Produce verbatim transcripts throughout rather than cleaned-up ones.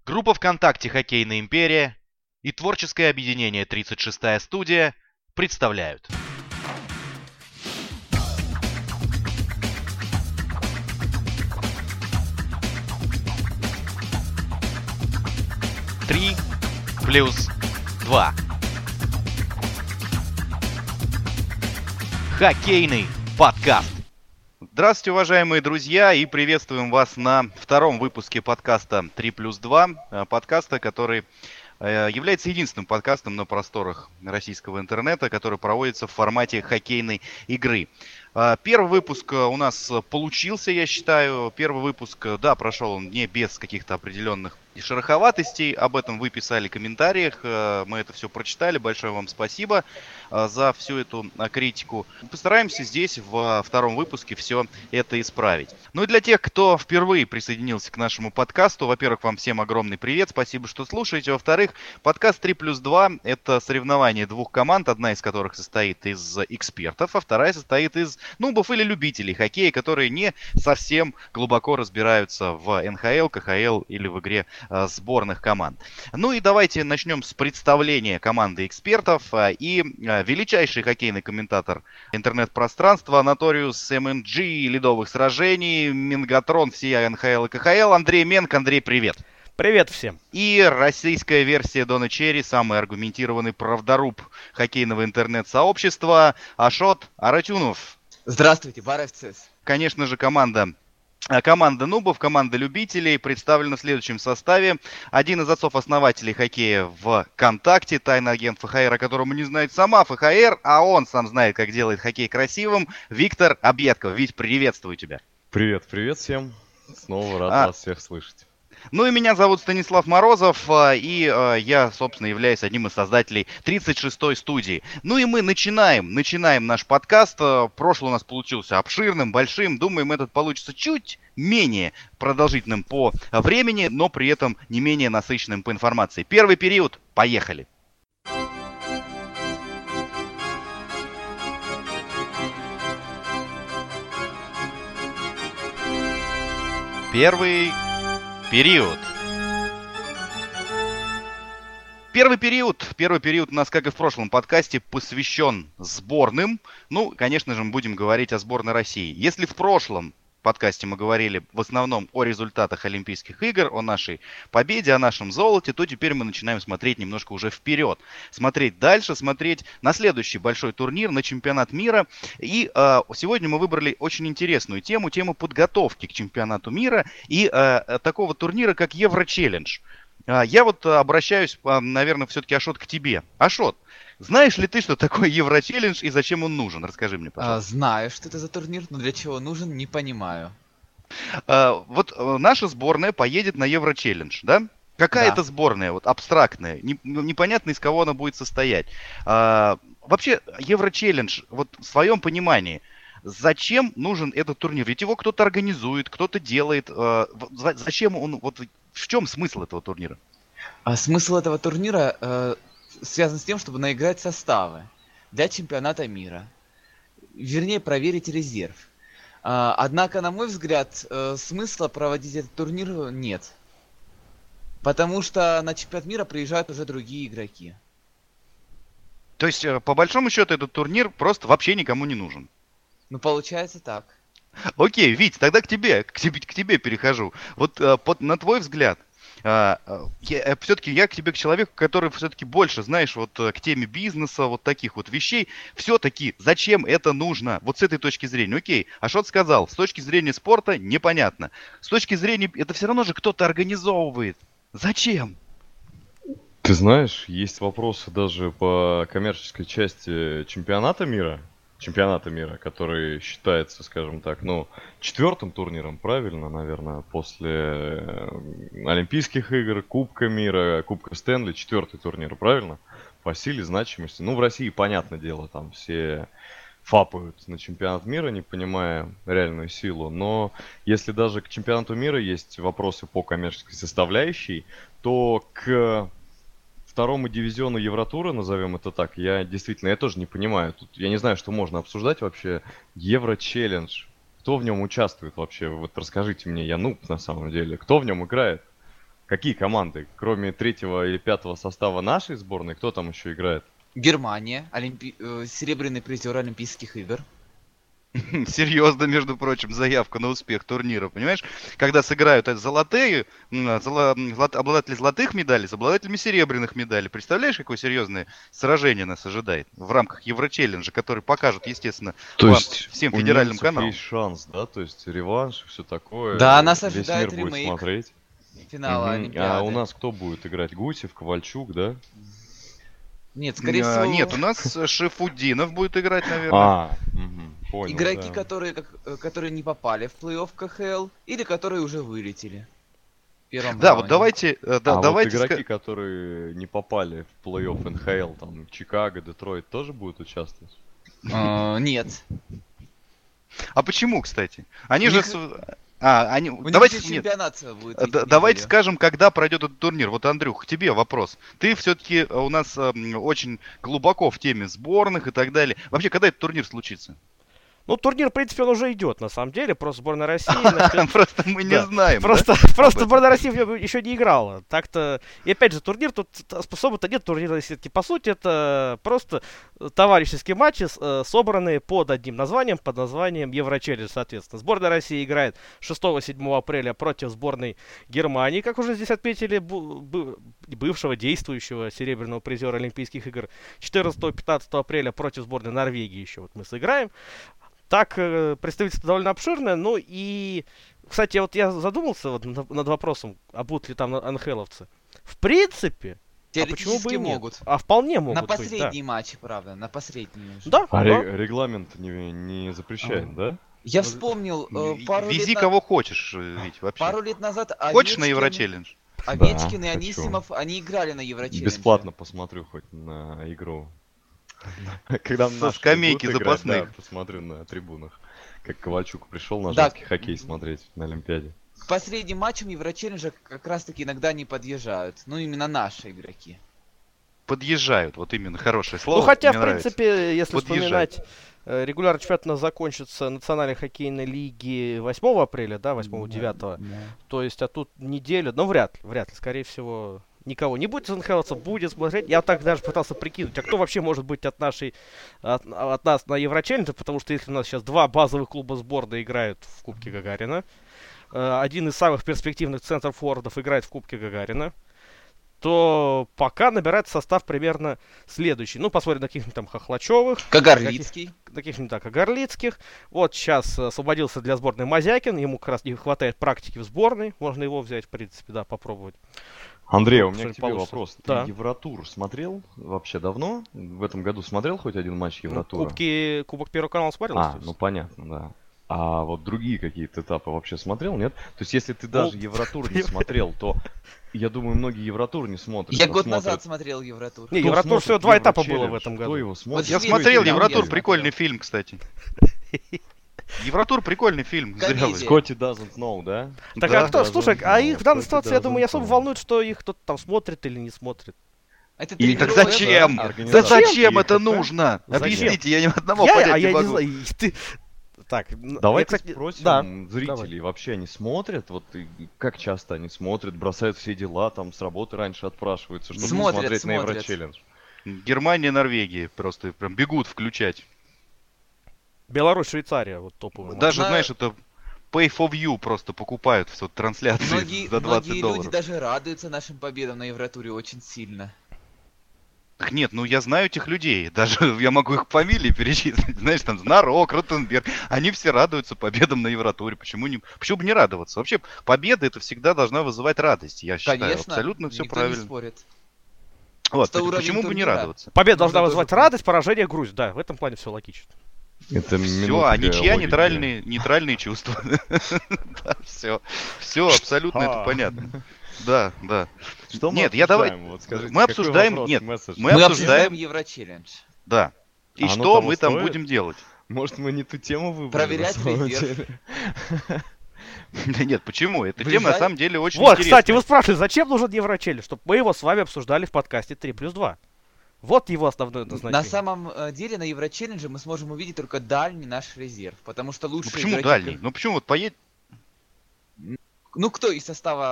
Группа ВКонтакте «Хоккейная империя» и творческое объединение «тридцать шестая студия» представляют. Три плюс два. Хоккейный подкаст. Здравствуйте, уважаемые друзья, и приветствуем вас на втором выпуске подкаста три плюс два, подкаста, который является единственным подкастом на просторах российского интернета, который проводится в формате хоккейной игры. Первый выпуск у нас получился, я считаю. Первый выпуск, да, прошел он не без каких-то определенных шероховатостей. Об этом вы писали в комментариях. Мы это все прочитали. Большое вам спасибо за всю эту критику. Постараемся здесь во втором выпуске все это исправить. Ну и для тех, кто впервые присоединился к нашему подкасту, во-первых, вам всем огромный привет. Спасибо, что слушаете. Во-вторых, подкаст три плюс два – это соревнование двух команд, одна из которых состоит из экспертов, а вторая состоит из нубов или любителей хоккея, которые не совсем глубоко разбираются в эн ха эл, ка ха эл или в игре э, сборных команд. Ну и давайте начнем с представления команды экспертов. И э, величайший хоккейный комментатор интернет-пространства Notorious эм эн джи ледовых сражений, Мингатрон всея эн ха эл и ка ха эл, Андрей Менк. Андрей, привет! Привет всем! И российская версия Дона Черри, самый аргументированный правдоруб хоккейного интернет-сообщества, Ашот Аратюнов. Здравствуйте, бар эф цэ эс. Конечно же, команда, команда нубов, команда любителей представлена в следующем составе. Один из отцов-основателей хоккея в ВКонтакте, тайный агент эф ха эр, о котором не знает сама эф ха эр, а он сам знает, как делает хоккей красивым, Виктор Объедков. Вить, приветствую тебя. Привет, привет всем. Снова рад а... вас всех слышать. Ну и меня зовут Станислав Морозов, и э, я, собственно, являюсь одним из создателей тридцать шестой студии. Ну и мы начинаем, начинаем наш подкаст. Прошлый у нас получился обширным, большим. Думаем, этот получится чуть менее продолжительным по времени, но при этом не менее насыщенным по информации. Первый период. Поехали. Первый период. Первый период, первый период у нас, как и в прошлом подкасте, посвящен сборным. Ну, конечно же, мы будем говорить о сборной России. Если в прошлом подкасте мы говорили в основном о результатах Олимпийских игр, о нашей победе, о нашем золоте, то теперь мы начинаем смотреть немножко уже вперед. Смотреть дальше, смотреть на следующий большой турнир, на чемпионат мира. И э, сегодня мы выбрали очень интересную тему, тему подготовки к чемпионату мира и э, такого турнира, как Евро-челлендж. Э, я вот обращаюсь, э, наверное, все-таки, Ашот, к тебе. Ашот, знаешь ли ты, что такое Евро-челлендж и зачем он нужен? Расскажи мне, пожалуйста. А, знаю, что это за турнир, но для чего нужен, не понимаю. А, вот а, наша сборная поедет на Евро-челлендж, да? Какая Да. это сборная, вот абстрактная, не, непонятно, из кого она будет состоять. А, вообще, Евро-челлендж, вот в своем понимании, зачем нужен этот турнир? Ведь его кто-то организует, кто-то делает. А, зачем он, вот в чем смысл этого турнира? А смысл этого турнира э, связан с тем, чтобы наиграть составы для чемпионата мира. Вернее, проверить резерв. А, однако, на мой взгляд, э, смысла проводить этот турнир нет. Потому что на чемпионат мира приезжают уже другие игроки. То есть, по большому счету, этот турнир просто вообще никому не нужен. Ну, получается так. Окей, Вить, тогда к тебе, к тебе, к тебе перехожу. Вот э, под, на твой взгляд, э, я, все-таки я к тебе, к человеку, который все-таки больше, знаешь, вот к теме бизнеса, вот таких вот вещей, все-таки зачем это нужно? Вот с этой точки зрения. Окей, Ашот сказал, с точки зрения спорта непонятно. С точки зрения, это все равно же кто-то организовывает. Зачем? Ты знаешь, есть вопросы даже по коммерческой части чемпионата мира. Чемпионата мира, который считается, скажем так, ну, четвертым турниром, правильно, наверное, после Олимпийских игр, Кубка мира, Кубка Стэнли, четвертый турнир, правильно? По силе, значимости. Ну, в России, понятное дело, там все фапают на чемпионат мира, не понимая реальную силу. Но если даже к чемпионату мира есть вопросы по коммерческой составляющей, то к второму дивизиону Евротура, назовем это так, я действительно, я тоже не понимаю. Тут я не знаю, что можно обсуждать вообще. Евро-челлендж. Кто в нем участвует вообще? Вот расскажите мне, я нуб на самом деле. Кто в нем играет? Какие команды? Кроме третьего или пятого состава нашей сборной, кто там еще играет? Германия, олимпи... э, серебряный призер Олимпийских игр. Серьезно, между прочим, заявка на успех турнира, понимаешь? Когда сыграют это золотые, м, золо- золот- обладатели золотых медалей с обладателями серебряных медалей. Представляешь, какое серьезное сражение нас ожидает в рамках Еврочелленджа, который покажут, естественно, То по есть всем у федеральным немцев каналам. есть шанс, да? То есть реванш и все такое. Да, нас Весь ожидает мир будет ремейк смотреть. Финала Мгм. Олимпиады. А у нас кто будет играть? Гусев, Ковальчук, да? Нет, скорее А, всего, Нет, у нас э, Шефудинов будет играть, наверное. А, мгм, понял, игроки, да. которые, как, э, которые не попали в плей-офф ка ха эл, или которые уже вылетели. В первом Да, вот раунде. давайте, э, да, а давайте вот ска- игроки, которые не попали в плей-офф эн ха эл, там, Чикаго, Детройт, тоже будут участвовать? А, Нет. А почему, кстати? Они У же... них- с- А, они... У Давайте... них же нет. чемпионат будет. Э, в да- этой Давайте неделе. скажем, когда пройдет этот турнир. Вот, Андрюх, к тебе вопрос. Ты все-таки у нас эм, очень глубоко в теме сборных и так далее. Вообще, когда этот турнир случится? Ну, турнир, в принципе, он уже идет, на самом деле. Просто сборная России... начнет- Просто мы не Да. знаем. да? Просто, об просто этом? сборная России в нем еще не играла. Так-то. И опять же, турнир тут особо-то нет турнира сетки. По сути, это просто товарищеские матчи, с- э, собранные под одним названием, под названием Еврочеллендж, соответственно. Сборная России играет шестого-седьмого апреля против сборной Германии, как уже здесь отметили, бу- бы- бывшего действующего серебряного призера Олимпийских игр. четырнадцатого-пятнадцатого апреля против сборной Норвегии еще вот мы сыграем. Так, э, представительство довольно обширное. Ну и, кстати, вот я задумался вот над, над вопросом, а будут ли там эн ха эловцы. В принципе, а почему бы Теоретически и нет? могут. А вполне могут На быть, да. последние матчи, правда, на последние уже. Да, А да. ре- регламент не, не запрещает, А. да? Я вспомнил э, пару, Вези лет на- кого хочешь, э, Вить, вообще. пару лет назад Хочешь на Овечкин- Еврочеллендж? Овечкин Да, и хочу. Анисимов, они играли на Еврочеллендже. Бесплатно посмотрю хоть на игру. Когда Со наши скамейки будут играть, запасных. да, посмотрю на трибунах. Как Ковальчук пришел на Да. женский хоккей смотреть на Олимпиаде. К последним матчам Еврочелленджа как раз таки иногда не подъезжают. Ну, именно наши игроки. Подъезжают, вот именно хорошее слово. Ну, хотя, мне в нравится. принципе, если Подъезжать. вспоминать, э, регулярный чемпионат у нас закончится национальной хоккейной лиги восьмого апреля, да, восьмого-девятого. То есть, а тут неделю, ну, вряд ли, вряд ли, скорее всего, никого не будет из эн ха эловцев, будет смотреть. Я так даже пытался прикинуть, а кто вообще может быть от нашей, от, от нас на Еврочеллендже, потому что если у нас сейчас два базовых клуба сборной играют в Кубке Гагарина, э, один из самых перспективных центров форвардов играет в Кубке Гагарина, то пока набирается состав примерно следующий. Ну, посмотрим на каких-нибудь там Хохлачевых, Кагарлицкий. на каких-нибудь так Горлицких. Вот сейчас э, освободился для сборной Мазякин, ему как раз не хватает практики в сборной, можно его взять, в принципе, да, попробовать. Андрей, у Что меня ли к тебе получится? вопрос. Ты Да. Евротур смотрел вообще давно? В этом году смотрел хоть один матч Ну, Евротура? Кубки, Кубок Первого канала смотрел, А, естественно. ну понятно, да. А вот другие какие-то этапы вообще смотрел, нет? То есть если ты даже Ну, Евротур не смотрел, то я думаю, многие Евротур не смотрят. Я а год смотрят- назад смотрел Евротур. Не, Кто Евротур смотрит всего два этапа было в Еврочеллендж? этом Кто году. его смотрит? Я Швеция, смотрел там Евротур, я прикольный смотрел. фильм, кстати. Евротур прикольный фильм. Зря вы. Комедия. Скотти doesn't know, да? Так, Да, а кто, да, слушай, да, а да, их в данной Скотти ситуации, я думаю, не doesn't особо know. волнует, что их кто-то там смотрит или не смотрит. Это И так тренировка. зачем? Да, Да организация. зачем это И нужно? Зачем? Объясните, я ни одного я, понять а не я не могу. знаю, и ты... Так, н- Давайте я, кстати, спросим да, зрителей, вообще они смотрят? Вот и как часто они смотрят, бросают все дела, там с работы раньше отпрашиваются, чтобы Смотрят, смотреть на смотрят. Еврочеллендж. Германия, Норвегия просто прям бегут включать. Беларусь, Швейцария, вот топовый. Даже, Знаю. знаешь, это pay for view просто покупают в трансляции Многие, за двадцать многие долларов. люди даже радуются нашим победам на Евротуре очень сильно. Ах, нет, ну я знаю этих людей. Даже я могу их фамилии перечислить. Знаешь, там Знарок, Ротенберг. Они все радуются победам на Евротуре. Почему, не, почему бы не радоваться? Вообще, победа это всегда должна вызывать радость. Я считаю, Конечно, абсолютно все никто правильно. не спорит. Вот, Просто уровень почему бы не турнира. радоваться? Победа должна Можно вызывать тоже радость, поражение грусть. Да, в этом плане все логично. Это Все, а минутка ничья логики. нейтральные, нейтральные чувства. Все, все абсолютно это А. понятно. Да, да. Что мы Нет, я давай- обсуждаем? Вот скажите, мы какой обсуждаем- вопрос, нет, месседж? мы Мы обсуждаем- обсуждаем Еврочеллендж. Да. И А оно что того мы там стоит? будем делать? Может, мы не ту тему выбрали? Проверять на самом резерв. деле? Да нет, почему? Эта Ближай- тема на самом деле очень Вот, интересная. кстати, вы спрашивали, зачем нужен Еврочеллендж? Чтобы мы его с вами обсуждали в подкасте три плюс два. Вот его основное назначение. На самом э, деле на Еврочеллендже мы сможем увидеть только дальний наш резерв, потому что Ну лучшие почему игроки- дальний? Ну почему вот поедь? Ну кто из состава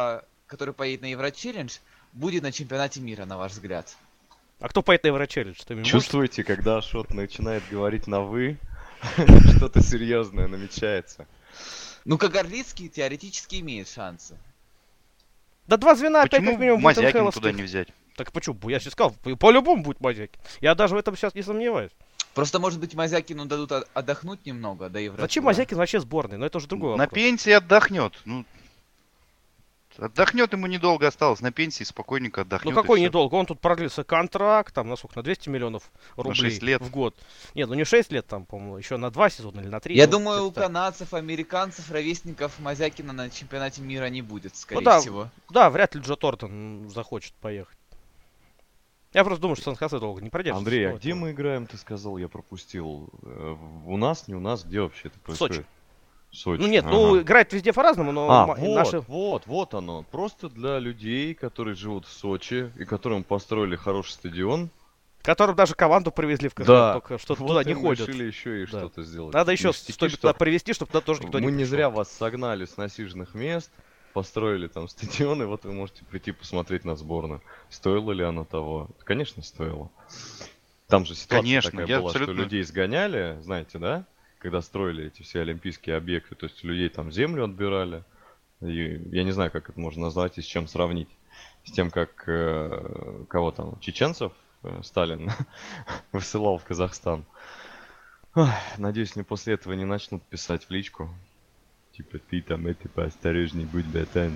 который поедет на Еврочеллендж, будет на чемпионате мира, на ваш взгляд? А кто поедет на Еврочеллендж? Ты мне можешь- Чувствуете, когда Ашот начинает говорить на «вы», что-то серьезное намечается. Ну, Кагарлицкий теоретически имеет шансы. Да два звена опять Почему как минимум будет Мазякина эн ха эловских. туда не взять? Так почему? Я сейчас сказал, по- по-любому будет Мазякин. Я даже в этом сейчас не сомневаюсь. Просто, может быть, Мазякину дадут о- отдохнуть немного до Евротура. Зачем Мазякин вообще сборный? Но это уже другой На вопрос. пенсии отдохнет. Ну, отдохнет ему недолго осталось. На пенсии спокойненько отдохнет. Ну какой и всё. недолго? Он тут продлился контракт, там, на сколько? На двести миллионов рублей шесть лет. в год. Нет, ну не шесть лет, там, по-моему, еще на два сезона или на три. Я ну, думаю, у где-то так. канадцев, американцев, ровесников Мазякина на чемпионате мира не будет, скорее да. всего. Да, вряд ли Джо Тортон захочет поехать. Я просто думаю, что Сан-Хосе долго не продержится. Андрей, а Ну, где это- мы играем, ты сказал, я пропустил. Э, У нас, не у нас, где вообще это В Сочи. происходит? В Сочи. Ну нет, ага. ну играть везде по-разному, но А, ма- вот, наши... вот, вот оно. Просто для людей, которые живут в Сочи и которым построили хороший стадион. Которым даже команду привезли в КХЛ, Да, только что вот туда не им ходят. решили еще и Да. что-то сделать. Надо еще Ништяки, сто что туда привезти, чтобы туда тоже никто мы не не пришел. зря вас согнали с насиженных мест, построили там стадион, и вот вы можете прийти посмотреть на сборную. Стоило ли оно того? Конечно, стоило. Там же ситуация Конечно, такая я была, абсолютно- что людей сгоняли, знаете, да? Когда строили эти все олимпийские объекты, то есть людей там землю отбирали. И я не знаю, как это можно назвать и с чем сравнить. С тем, как э, кого там, чеченцев э, Сталин высылал в Казахстан. Ой, надеюсь, мне после этого не начнут писать в личку. Типа, ты там, это, поосторожней будь, братан.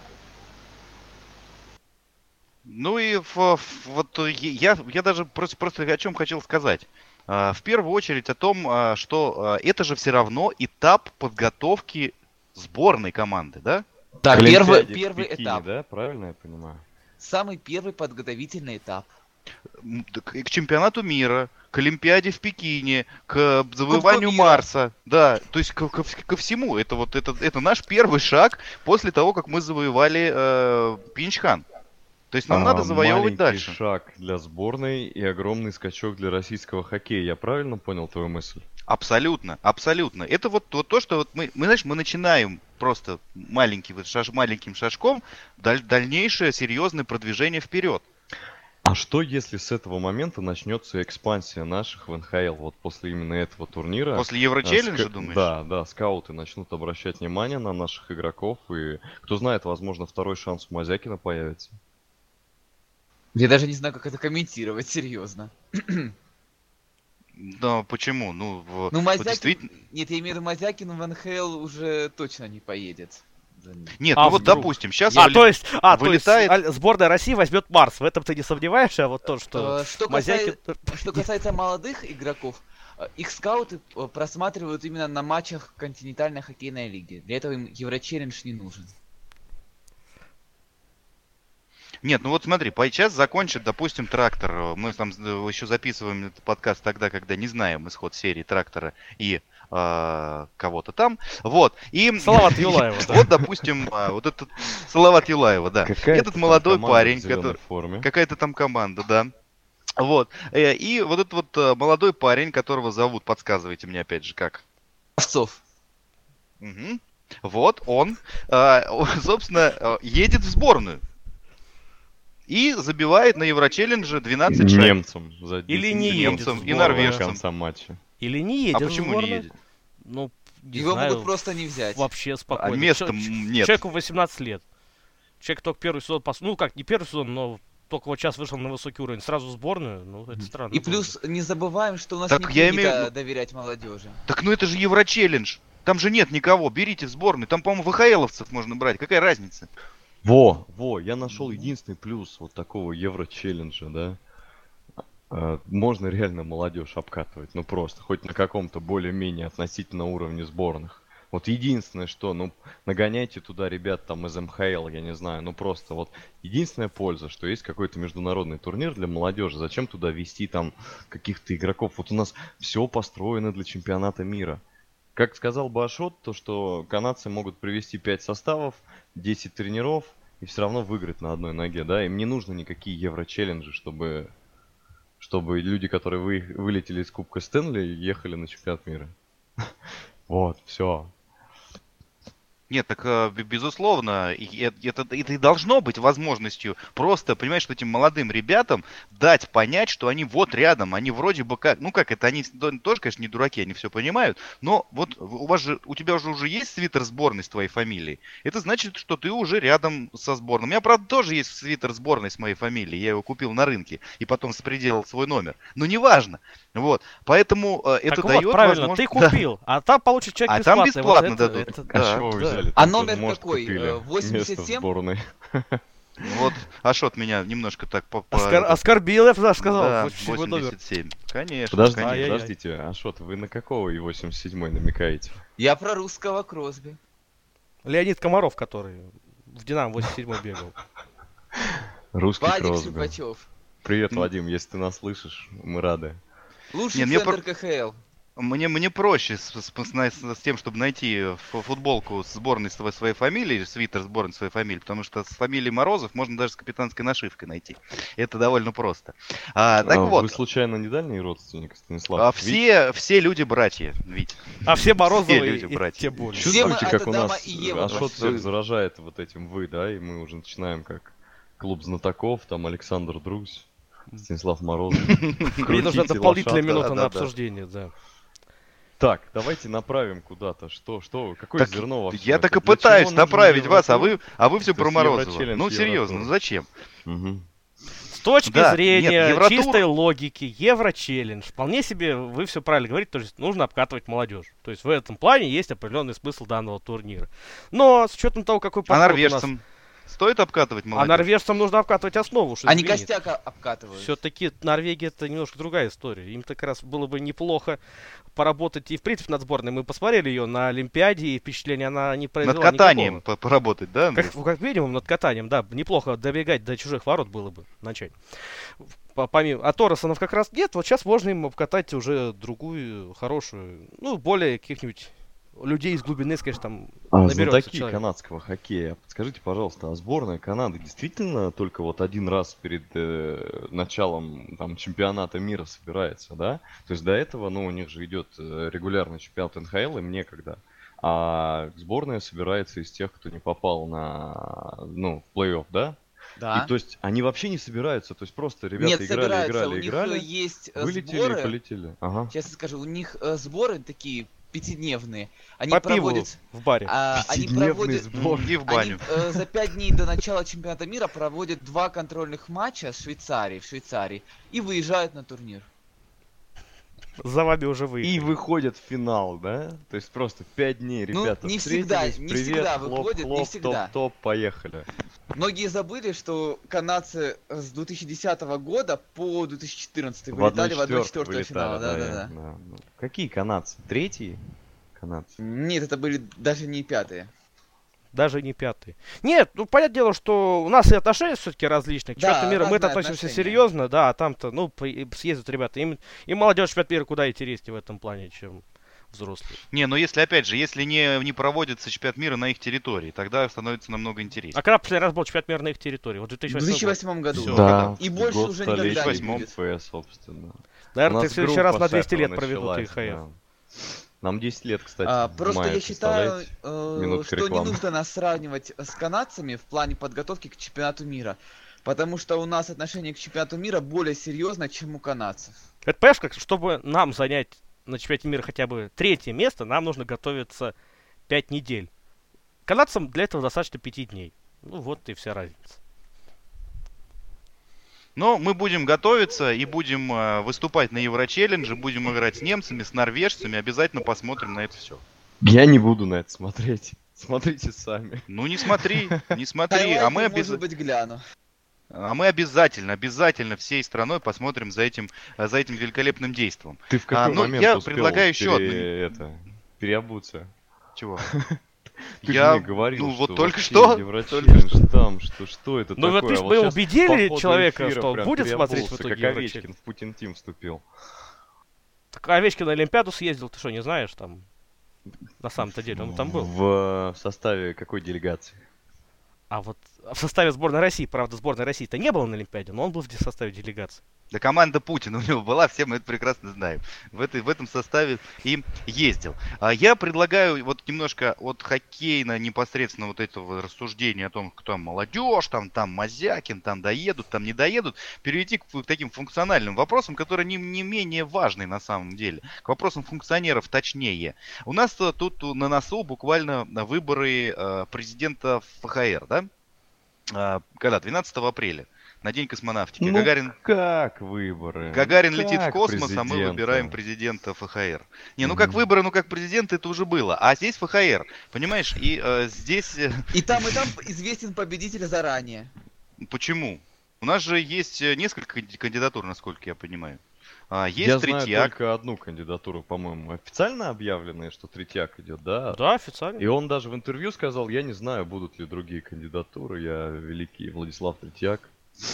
Ну и в- в- вот э, я, я даже просто, просто о чем хотел сказать. А, В первую очередь о том, а, что а, это же все равно этап подготовки сборной команды, да? Да, К первый, Олимпиаде в первый Пекине, этап. да? Правильно я понимаю? Самый первый подготовительный этап. М, так и к чемпионату мира, к Олимпиаде в Пекине, к завоеванию мира. Марса, да, то есть ко, ко вс- ко всему. Это вот это, это наш первый шаг после того, как мы завоевали э, Пхенчхан. То есть нам А, надо завоевывать маленький дальше. шаг для сборной и огромный скачок для российского хоккея. Я правильно понял твою мысль? Абсолютно, абсолютно. Это вот, вот то, что вот мы, мы, знаешь, мы начинаем просто маленький, вот шаж, маленьким шажком даль- дальнейшее серьезное продвижение вперед. А что, если с этого момента начнется экспансия наших в эн ха эл? Вот после именно этого турнира. После а, Еврочелленджа, ска- думаешь? Да, да, скауты начнут обращать внимание на наших игроков. И, кто знает, возможно, второй шанс у Мазякина появится. Я даже не знаю, как это комментировать, серьезно. Да, почему? Ну, в- Ну, вот Мазякин... действительно. Нет, я имею в виду, Мазякин в эн ха эл уже точно не поедет. за ним. Нет, А ну вот вдруг? допустим, сейчас А, то есть, а, то есть вылетает- аль- сборная России возьмет Марс. В этом ты не сомневаешься, а вот то, что Э, Что Мазякин... касается, что касается молодых игроков, э, их скауты э, просматривают именно на матчах континентальной хоккейной лиги. Для этого им Еврочеллендж не нужен. Нет, ну вот смотри, сейчас закончит, допустим, трактор. Мы там э, еще записываем этот подкаст тогда, когда не знаем исход серии трактора и э, кого-то там. Вот. И Салават Юлаева, да. вот, допустим, а, вот этот Салават Юлаева, да. Какая-то Этот там молодой команда парень, в зелёной который... форме. Какая-то там команда, да. Вот. Э, И вот этот вот э, молодой парень, которого зовут, подсказывайте мне опять же как. Овцов. Мгм. Вот он, э, собственно, э, едет в сборную. И забивает на Еврочеллендже двенадцать шайб. Немцам за Или десять не секунд едет Немцам в и сборную. норвежцам. до конца матча. Или не едет А в почему не сборную? едет? Ну, не Его знаю, могут просто не взять. вообще А спокойно. места Чё- м, нет. Человеку восемнадцать лет. Человек только первый сезон пос... Ну как, не первый сезон, но только вот сейчас вышел на высокий уровень. Сразу в сборную, ну это странно. И плюс не забываем, что у нас Так не я принято имею- доверять молодежи. Так ну это же Еврочеллендж. Там же нет никого. Берите в сборную. Там, по-моему, вэ ха эловцев можно брать. Какая разница? Во, во, я нашел единственный плюс вот такого евро-челленджа, да. А, Можно реально молодежь обкатывать, ну просто, хоть на каком-то более-менее относительно уровне сборных. Вот единственное, что, ну, нагоняйте туда ребят там из эм ха эл, я не знаю, ну просто вот единственная польза, что есть какой-то международный турнир для молодежи. Зачем туда вести там каких-то игроков? Вот у нас все построено для чемпионата мира. Как сказал Башот, то что канадцы могут привести пять составов, десять тренеров и все равно выиграть на одной ноге, да? Им не нужно никакие евро-челленджи, чтобы, чтобы люди, которые вы, вылетели из Кубка Стэнли, ехали на чемпионат мира. Вот, все. Нет, так э, б- безусловно, и э- это, это и должно быть возможностью просто, понимаешь, что этим молодым ребятам дать понять, что они вот рядом, они вроде бы как, ну как это, они до- тоже, конечно, не дураки, они все понимают, но вот у вас же, у тебя же уже есть свитер сборной с твоей фамилией, это значит, что ты уже рядом со сборной. У меня, правда, тоже есть свитер сборной с моей фамилией, я его купил на рынке и потом спределал свой номер, но неважно, вот, поэтому э, это Так вот, дает правильно, ты возможность... Да. купил, а там получит человек А там бесплатно. бесплатно Вот это- дадут. это- А Да, чего вы да. взяли? А Там номер тоже, может, какой? купили Э, восемьдесят место в семь? сборной. Вот Ашот меня немножко так по... по- Оскор- Оскорбил, я бы даже сказал. Да, восемьдесят седьмой номер. восемьдесят семь. Конечно, Подождите, конечно. Ай-яй-яй. подождите, Ашот, вы на какого и восемьдесят седьмой намекаете? Я про русского Кросби. Леонид Комаров, который в Динамо восемьдесят седьмой бегал. Русский Вадик Кросби. Шипачев. Привет, М. Вадим, если ты нас слышишь, мы рады. Лучший Не, мне центр про- ка ха эл. Мне, мне проще с, с- с- с тем, чтобы найти ф- футболку с сборной своей, своей фамилии, свитер сборной своей фамилии, потому что с фамилией Морозов можно даже с капитанской нашивкой найти. Это довольно просто. А, так А вот, Вы случайно не дальний родственник, Станислав? а, Видите? все, все люди братья, Вить. А все Морозовы люди, и братья. тем более. Все мы Чувствуете, от как у Адама нас и Евы Ашот пошли. всех заражает вот этим вы, да, и мы уже начинаем как клуб знатоков, там Александр Друзь, Станислав Морозов. Мне нужна Крутите дополнительная лошадку. минута Да, на да, да. обсуждение, да. Так, давайте направим куда-то. Что, что, какое Так зерно во я всем так и этом? Для пытаюсь чего нужен направить вас, а Евротур? вы, а вы все То про есть Морозова. Еврочеллендж, Ну серьезно, ну Евротур. зачем? Мгм. С точки Да, зрения нет, Евротур- чистой логики, Еврочеллендж, вполне себе, вы все правильно говорите, то есть нужно обкатывать молодежь. То есть в этом плане есть определенный смысл данного турнира. Но с учетом того, какой А подход у нас... норвежцам стоит обкатывать А молодежь? норвежцам нужно обкатывать основу, что Они извините. костяк о- обкатывают. Все-таки Норвегия это немножко другая история. Им как раз было бы неплохо поработать и в принципе над сборной. Мы посмотрели ее на Олимпиаде, и впечатление она не произвела Над катанием никакого. по- поработать, да? Андрей? Как, как минимум над катанием, да, неплохо добегать до чужих ворот было бы начать. По- Помимо, а Торресонов как раз нет, вот сейчас можно им обкатать уже другую, хорошую, ну, более каких-нибудь людей из глубины, конечно, там А, наберется знатоки человек. канадского хоккея, подскажите, пожалуйста, а сборная Канады действительно только вот один раз перед э, началом там, чемпионата мира собирается, да? То есть до этого, ну, у них же идет э, регулярный чемпионат эн ха эл, им некогда. А сборная собирается из тех, кто не попал на, ну, в плей-офф, да? Да. И то есть они вообще не собираются, то есть просто ребята Нет, играли, собираются. играли, У них играли, э, есть э, вылетели сборы. и полетели. Ага. Сейчас я скажу, у них э, сборы такие пятидневные. Они По пиву проводят... в баре. а, они Пятидневный проводят... сбор. И в баню. Они э, за пять дней до начала чемпионата мира проводят два контрольных матча с Швейцарией, в Швейцарии, и выезжают на турнир. За вами уже И выехали. выходят в финал, да? То есть просто пять дней, Ну, ребята, не всегда, встретились, не привет, всегда хлоп, выходят, не хлоп, всегда. топ-топ, поехали. Многие забыли, что канадцы с две тысячи десятого года по две тысячи четырнадцатый В вылетали в одну одну четвертую четвертую финала. вылетали, Да, да, да, я- да. да. Ну, какие канадцы? Третьи канадцы? Нет, это были даже не пятые. Даже не пятый. Нет, ну понятное дело, что у нас и отношения все-таки различные. К Да, чемпионату мира мы-то разные относимся отношения. серьезно, да, а там-то, ну, при- съездят ребята. Им, и молодежь чемпионат мира куда интереснее в этом плане, чем взрослые. Не, но если, опять же, если не, не проводится чемпионат мира на их территории, тогда становится намного интереснее. А когда последний раз был чемпионат мира на их территории? Вот В две тысячи две тысячи восьмой год. восьмом году. Всё. Да, И больше год уже никогда не столетия будет. КХ, собственно. У Наверное, ты нас в следующий раз группа на двести лет Сахарова проведут началась, ка ха эл. да. Нам десять лет, кстати, А, в просто мае, я считаю, представляете? э, Минутка что не рекламы. нужно нас сравнивать с канадцами в плане подготовки к чемпионату мира. Потому что у нас отношение к чемпионату мира более серьезно, чем у канадцев. Это понимаешь, как, чтобы нам занять на чемпионате мира хотя бы третье место, нам нужно готовиться пять недель. Канадцам для этого достаточно пяти дней. Ну вот и вся разница. Но мы будем готовиться и будем э, выступать на Еврочеллендже, будем играть с немцами, с норвежцами, обязательно посмотрим на это все. Я не буду на это смотреть. Смотрите сами. Ну не смотри, не смотри, Тайлайт, а мы, может обяз- быть, гляну. а мы обязательно, обязательно всей страной посмотрим за этим, э, за этим великолепным действом. Ты в какой А, ну, момент я успел предлагаю еще пере- это, переобуться? Чего? Ты Я, же мне говорил, ну, что вот только вообще что, Еврочеллендж там, что, что это Ну, вот такое? видишь, А мы щас убедили по ходу человека, эфира что прям будет смотреть в переобулся, итоге как Еврочеллендж. Овечкин в Путин Тим вступил. Так Овечкин на Олимпиаду съездил, ты что, не знаешь там? На самом-то деле, он там был. В, в составе какой делегации? А вот в составе сборной России. Правда, сборной России-то не было на Олимпиаде, но он был в составе делегации. Да команда Путина у него была, все мы это прекрасно знаем. В, этой, в этом составе и ездил. А я предлагаю вот немножко от хоккейна непосредственно вот этого рассуждения о том, кто там молодежь, там, там Мазякин, там доедут, там не доедут, перейти к, к таким функциональным вопросам, которые не, не менее важны на самом деле. К вопросам функционеров точнее. У нас тут на носу буквально выборы э, президента ФХР, да? Э, когда? двенадцатого апреля. На День космонавтики. Ну Гагарин, как выборы? Гагарин Ну летит в как космос, а мы президента? выбираем президента ФХР. Не, ну Мгм. как выборы, ну как президент это уже было. А здесь ФХР, понимаешь? И э, здесь... э, И там, и там известен победитель заранее. Почему? У нас же есть э, несколько канди- кандидатур, насколько я понимаю. А, есть Я знаю Третьяк. только одну кандидатуру, по-моему, официально объявленная, что Третьяк идет, да? Да, официально. И он даже в интервью сказал, я не знаю, будут ли другие кандидатуры, я великий Владислав Третьяк.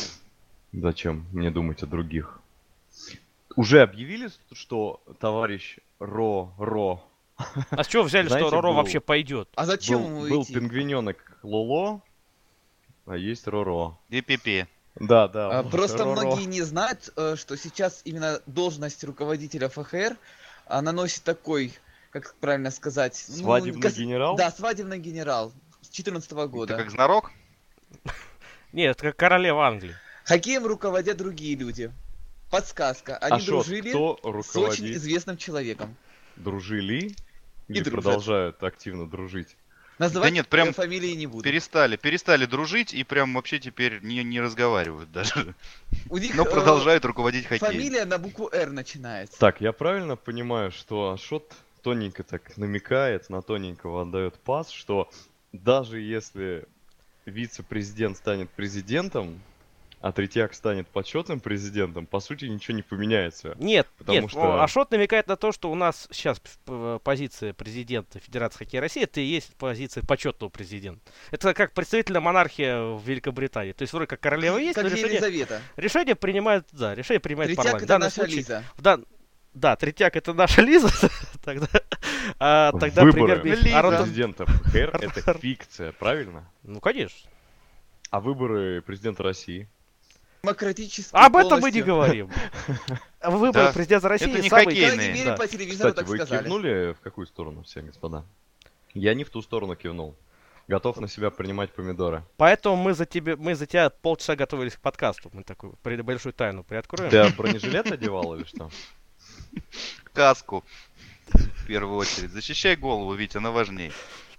Зачем мне думать о других? Уже объявили, что товарищ Ро Ро А с чего взяли, Знаете, что Роро был- вообще пойдет? А зачем был, ему был идти? пингвиненок Лоло, а есть Роро. И ПП. Да, да. А, вот, Просто Роро. многие не знают, э, что сейчас именно должность руководителя ФХР, она носит такой, как правильно сказать... ну, Свадебный кос- генерал? Да, свадебный генерал с две тысячи четырнадцатого Это года. как знарок? Нет, это как королева Англии. Хоккеем руководят другие люди. Подсказка. Они А шо, дружили кто с очень руководит? известным человеком. Дружили? Или дружат. продолжают активно дружить? Называть нет, прям э, фамилии не буду. Перестали, перестали дружить и прям вообще теперь не, не разговаривают даже. У них Но э, продолжают руководить хоккеем. фамилия на букву Р начинается. Так, я правильно понимаю, что Ашот тоненько так намекает, на тоненького отдает пас, что даже если вице-президент станет президентом, а Третьяк станет почетным президентом, по сути ничего не поменяется. Нет, Потому нет, что- Ашот намекает на то, что у нас сейчас позиция президента Федерации хоккея России, это и есть позиция почетного президента. Это как представительная монархия в Великобритании. То есть вроде как королева есть, Как но решение, Елизавета. решение принимает, да, решение принимает Третьяк парламент. В это данном наша случае- Лиза. в дан- Да, Третьяк это наша Лиза, тогда, а, тогда Выборы премьер-министр- а Ротен- президента ФХР это фикция, правильно? Ну, конечно. А выборы президента России? Демократически Об этом мы не полностью. говорим. Выборы Да. президента России Это не самый- По крайней хоккейные. мере, Да. по телевизору Кстати, так вы сказали. кивнули в какую сторону все, господа? Я не в ту сторону кивнул. Готов на себя принимать помидоры. Поэтому мы за, тебе, мы за тебя полчаса готовились к подкасту. Мы такую при- большую тайну приоткроем. Ты бронежилет одевал или что? Каску. В первую очередь. Защищай голову, Витя, она важнее.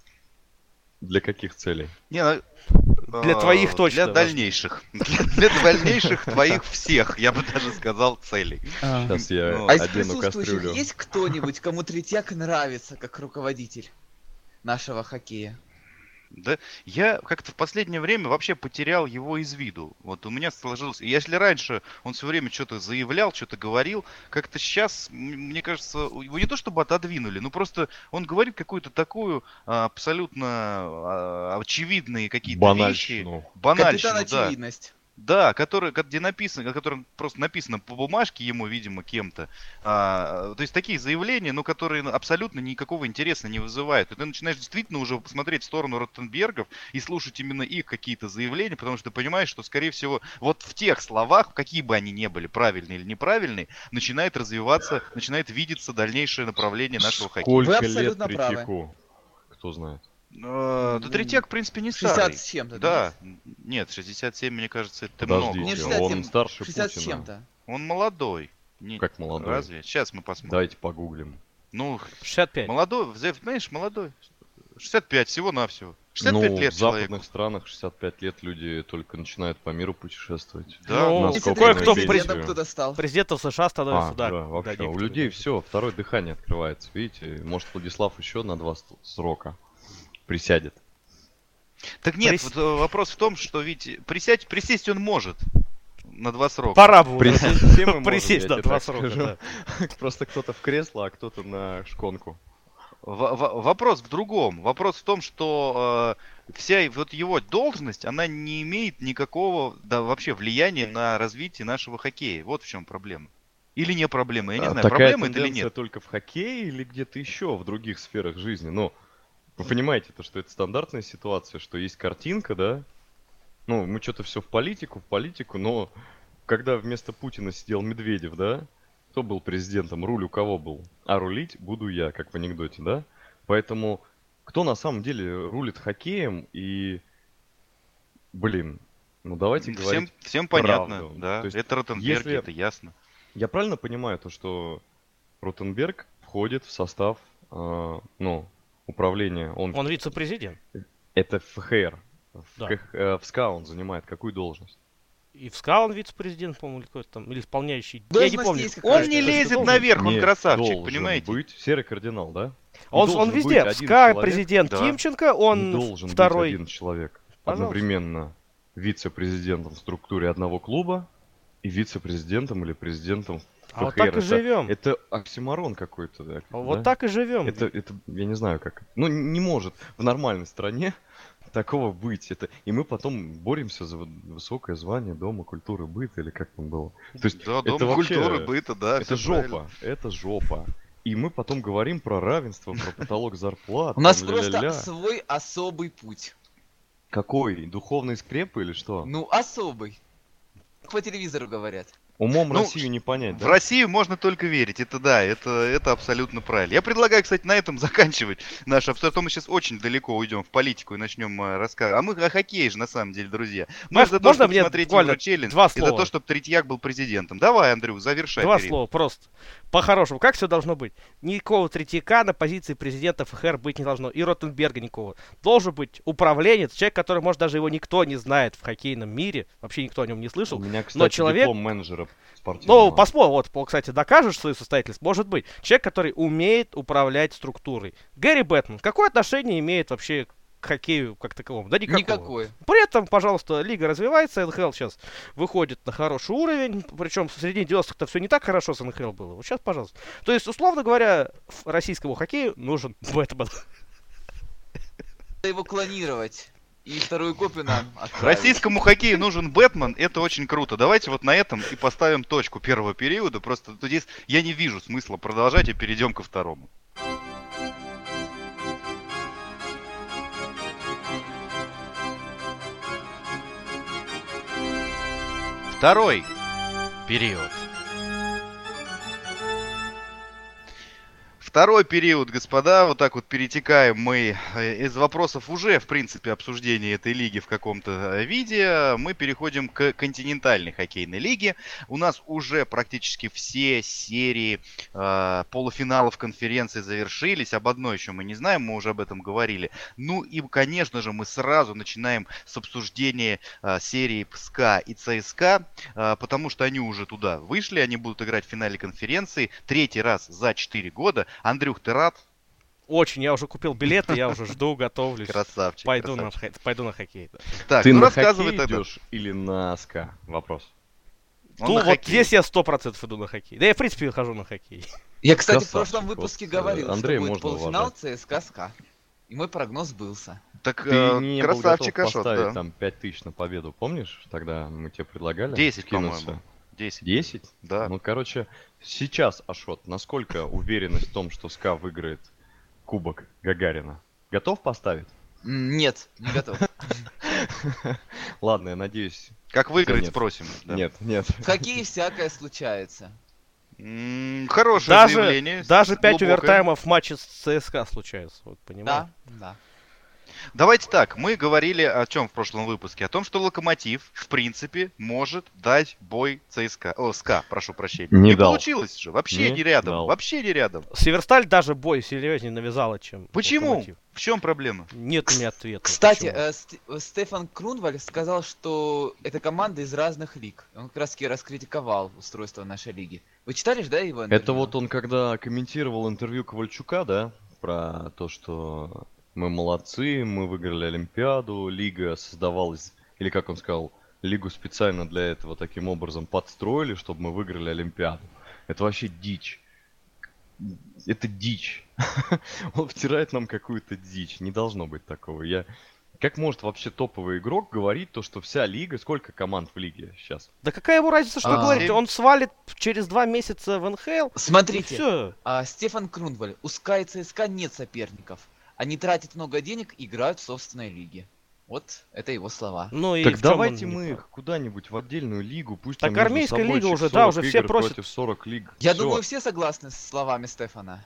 Для каких целей? Не, ну, Для э, твоих точно Для важнее. дальнейших. Для, для дальнейших твоих всех, я бы даже сказал, целей. А. Сейчас я Ну, А из одену присутствующих кастрюлю. есть кто-нибудь, кому Третьяк нравится как руководитель нашего хоккея? Да, я как-то в последнее время вообще потерял его из виду. Вот у меня сложилось... Если раньше он все время что-то заявлял, что-то говорил, как-то сейчас, м, мне кажется, его не то чтобы отодвинули, но просто он говорит какую-то такую а, абсолютно а, очевидные какие-то вещи. Банальщину. Банальщину, Капитан да. очевидность. Да, который, ко- где написано, который просто написано по бумажке ему, видимо, кем-то. А, то есть такие заявления, ну, которые абсолютно никакого интереса не вызывают. И ты начинаешь действительно уже посмотреть в сторону Ротенбергов и слушать именно их какие-то заявления, потому что ты понимаешь, что, скорее всего, вот в тех словах, какие бы они ни были, правильные или неправильные, начинает развиваться, начинает видеться дальнейшее направление нашего хоккея. Сколько Вы лет абсолютно правы. Третьяку? Кто знает. Э, Да Третьяк, в принципе, не шестьдесят старый. с чем-то, Да, нет, шестьдесят семь, мне кажется, это Подождите, Не много. шестьдесят семь, он старше шестьдесят с Путина. чем-то. Он молодой. Не- Как молодой? Разве? Сейчас мы посмотрим. Давайте погуглим. Ну, шестьдесят пять. молодой, взя- знаешь, молодой. шестьдесят пять всего-навсего. шестьдесят Ну, пять лет в человеку. западных странах шестьдесят пять лет люди только начинают по миру путешествовать. Да, Ну, насколько кое-кто мы в видели. президентом кто-то стал. Президентом США становится, А, да. да, да, вообще. У некоторые, людей да. все, второе дыхание открывается. Видите, может Владислав еще на два с- срока присядет. Так нет, Прис- вот, э, вопрос в том, что ведь присядь, присесть он может на два срока. Пора бы уже Присесть все мы можем, присесть я на тебе два так срока. скажу. да. Просто кто-то в кресло, а кто-то на шконку. В- в- вопрос в другом. Вопрос в том, что э, вся вот его должность, она не имеет никакого да, вообще влияния на развитие нашего хоккея. Вот в чем проблема. Или не проблема, я не А знаю, такая проблема это или тенденция нет. только в хоккее или где-то еще в других сферах жизни? Ну, вы понимаете, то, что это стандартная ситуация, что есть картинка, да, Ну, мы что-то все в политику, в политику, но когда вместо Путина сидел Медведев, да, кто был президентом, руль у кого был? А рулить буду я, как в анекдоте, да? Поэтому кто на самом деле рулит хоккеем и, блин, ну давайте Всем, говорить всем понятно, правду. да. То есть, Это Ротенберг, если это ясно. я правильно понимаю то, что Ротенберг входит в состав, э, ну, управления, он, Он вице-президент. это ФХР, в, Да. КХ, э, в СКА он занимает какую должность? И в СКА он вице-президент, по-моему, или какой-то там, или исполняющий. Я Должность не помню. есть какая-то. Он не Что, лезет должен? наверх, он Нет, красавчик, должен понимаете? быть серый кардинал, да? Он, Не он должен везде. быть В один СКА человек, президент Да. Тимченко, не он должен второй. быть один человек Пожалуйста. одновременно вице-президентом в структуре одного клуба и вице-президентом или президентом в А вот ФХР. так и это, живем. это оксиморон какой-то, да? Вот да? так и живем. Это, это, я не знаю как. Ну, не может в нормальной стране такого быть. Это, и мы потом боремся за высокое звание Дома культуры быта, или как там было. То есть Да, это Дом вообще- культуры, быта, да. это всё правильно. жопа, это жопа. И мы потом говорим про равенство, про потолок зарплат. У нас там, просто ля-ля-ля. свой особый путь. Какой? Духовные скрепы или что? Ну, особый. По телевизору говорят. Умом Ну, Россию не понять, В да? Россию можно только верить, это да, это, это абсолютно правильно. Я предлагаю, кстати, на этом заканчивать наш обсуждение, а то мы сейчас очень далеко уйдем в политику и начнем э, рассказывать. А мы о хоккее же, на самом деле, друзья. Мы Маш, за то, можно чтобы мне смотреть буквально Еврочеллендж, два и за слова? то, чтобы Третьяк был президентом. Давай, Андрюх, завершай. Два период. слова, просто. По-хорошему, как все должно быть? Никакого Третьяка на позиции президента ФХР быть не должно. И Ротенберга никого. Должен быть управленец, человек, который, может, даже его никто не знает в хоккейном мире. Вообще никто о нем не У слышал. меня, кстати, но человек- диплом менеджера спортивного. Ну, посмотрим, вот, по- кстати, докажешь свою состоятельность? Может быть. Человек, который умеет управлять структурой. Гэри Бэтмен. Какое отношение имеет вообще к хоккею как таковому? Да никакого. Никакое. При этом, пожалуйста, лига развивается, эн ха эл сейчас выходит на хороший уровень, причем в середине девяностых-то все не так хорошо с эн ха эл было. Вот сейчас, пожалуйста. То есть, условно говоря, в российскому хоккею нужен Бэтмен. Надо его клонировать. И вторую копию нам отправить. Российскому хоккею нужен Бэтмен, это очень круто. Давайте вот на этом и поставим точку первого периода. Просто тут здесь я не вижу смысла продолжать и перейдем ко второму. Второй период. Второй период, господа, вот так вот перетекаем мы э, из вопросов уже, в принципе, обсуждения этой лиги в каком-то э, виде. Мы переходим к континентальной хоккейной лиге. У нас уже практически все серии э, полуфиналов конференции завершились. Об одной еще мы не знаем, мы уже об этом говорили. Ну и, конечно же, мы сразу начинаем с обсуждения э, серии ПСКА и ЦСКА, э, потому что они уже туда вышли, они будут играть в финале конференции третий раз за четыре года. Андрюх, ты рад? Очень, я уже купил билеты, я уже жду, готовлюсь. Красавчик. Пойду на, красавчик. хо- пойду на хоккей. Да. Так, Ты ну на рассказывай хоккей тогда. идешь или на СКА? Вопрос. Он Ну, на вот хоккей. здесь я сто процентов иду на хоккей. Да я, в принципе, хожу на хоккей. Я, кстати, в Красавчик, прошлом выпуске вот, э, говорил, Андрея что будет можно полуфинал уважать. ЦСКА СКА. И мой прогноз сбылся. Так, Ты э, не был красавчик готов Ашот, поставить да. там пять тысяч на победу, помнишь? Тогда мы тебе предлагали десять, скинуться. по-моему. десять. десять? Да. Ну, короче, сейчас, Ашот, насколько уверенность в том, что СКА выиграет Кубок Гагарина? Готов поставить? М, Нет, не готов. Ладно, я надеюсь. Как выиграть, Нет. спросим. да. Нет, нет. В хоккее всякое случается. М, Хорошее Даже, заявление. даже пять глубокое. овертаймов в матче с ЦСКА случаются, вот понимаешь? Да, да. Давайте так, мы говорили о чем в прошлом выпуске? О том, что Локомотив, в принципе, может дать бой ЦСКА. О, СКА, прошу прощения. Не дал. получилось же, вообще Не не, рядом, дал. вообще не рядом. Северсталь даже бой серьезнее навязала, чем Почему? Локомотив. В чем проблема? Нет у меня ответа. Кстати, почему. э, Ст- э, Стефан Крунваль сказал, что это команда из разных лиг. Он как раз таки раскритиковал устройство нашей лиги. Вы читали же, да, его интервью? Это вот он, когда комментировал интервью Ковальчука, да, про то, что мы молодцы, мы выиграли Олимпиаду, лига создавалась, или как он сказал, лигу специально для этого таким образом подстроили, чтобы мы выиграли Олимпиаду. Это вообще дичь. Это дичь. Он втирает нам какую-то дичь. Не должно быть такого. Я... Как может вообще топовый игрок говорить то, что вся лига, сколько команд в лиге сейчас? Да какая ему разница, что А. говорить? Семь. Он свалит через два месяца в эн ха эл. Смотрите, Все. а, Стефан Крунваль, у СКА и ЦСКА нет соперников. Они тратят много денег и играют в собственной лиге. Вот это его слова. Ну и Так в чём он давайте не мы прав? их куда-нибудь в отдельную лигу, пусть Так там между армейская собой лига чик уже, да, сорок уже все игр просят. против сорок лиг. Я Всё. думаю, все согласны с словами Стефана.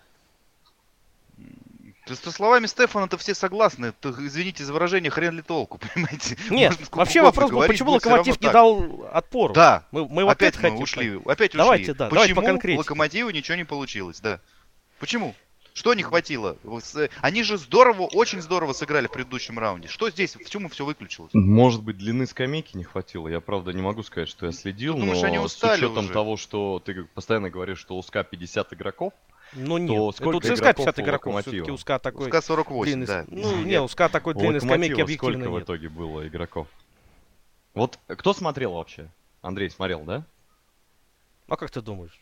С со словами Стефана-то все согласны. То, извините за выражение, хрен ли толку, понимаете? Нет, Можно сколько вообще угодно вопрос был, говорить, почему будет всё равно Локомотив не так. дал отпору? Да. Мы, мы вот Опять это мы хотим ушли. понять. Опять Давайте, ушли. да, давайте по Почему конкретике. Локомотиву ничего не получилось, да? Почему? Что не хватило? Вот с- Они же здорово, очень здорово сыграли в предыдущем раунде. Что здесь? В чем все выключилось? Может быть, длины скамейки не хватило. Я, правда, не могу сказать, что я следил, Ты думаешь, но они с устали учетом уже? того, что ты как постоянно говоришь, что у СКА пятьдесят игроков, Ну нет, то это у сколько ЦСКА игроков пятьдесят у игроков, Локомотива? все-таки у СКА такой СКА сорок восемь, длинный... да. Ну, Нет. не, у СКА такой у длинной скамейки Локомотива объективно сколько в нет. итоге было игроков? Вот кто смотрел вообще? Андрей смотрел, да? А как ты думаешь?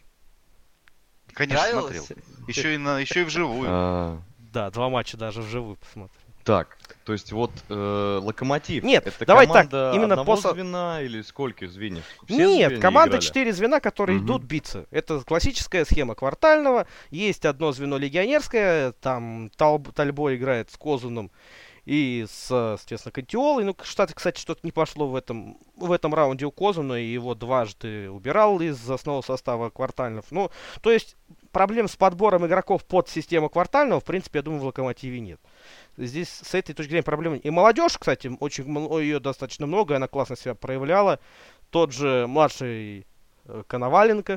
Конечно, Нравилось? смотрел. Еще и, на, еще и вживую. А, Да, два матча даже вживую посмотрел. так, то есть вот э, Локомотив. Нет, это давай так, команда именно одного по со- звена или сколько звеньев? Все Нет, звенья команда играли? четыре звена, которые Мгм. идут биться. Это классическая схема квартального. Есть одно звено легионерское, там Талб- Тальбо играет с Козуном и с, соответственно, Кантиолой. Ну, штаты, кстати, что-то не пошло в этом, в этом раунде у Козуна, и его дважды убирал из основного состава квартальнов. Ну, то есть проблем с подбором игроков под систему квартального, в принципе, я думаю, в Локомотиве нет. Здесь с этой точки зрения проблем нет. И молодежь, кстати, очень мал- ее достаточно много, она классно себя проявляла. Тот же младший э, Коноваленко,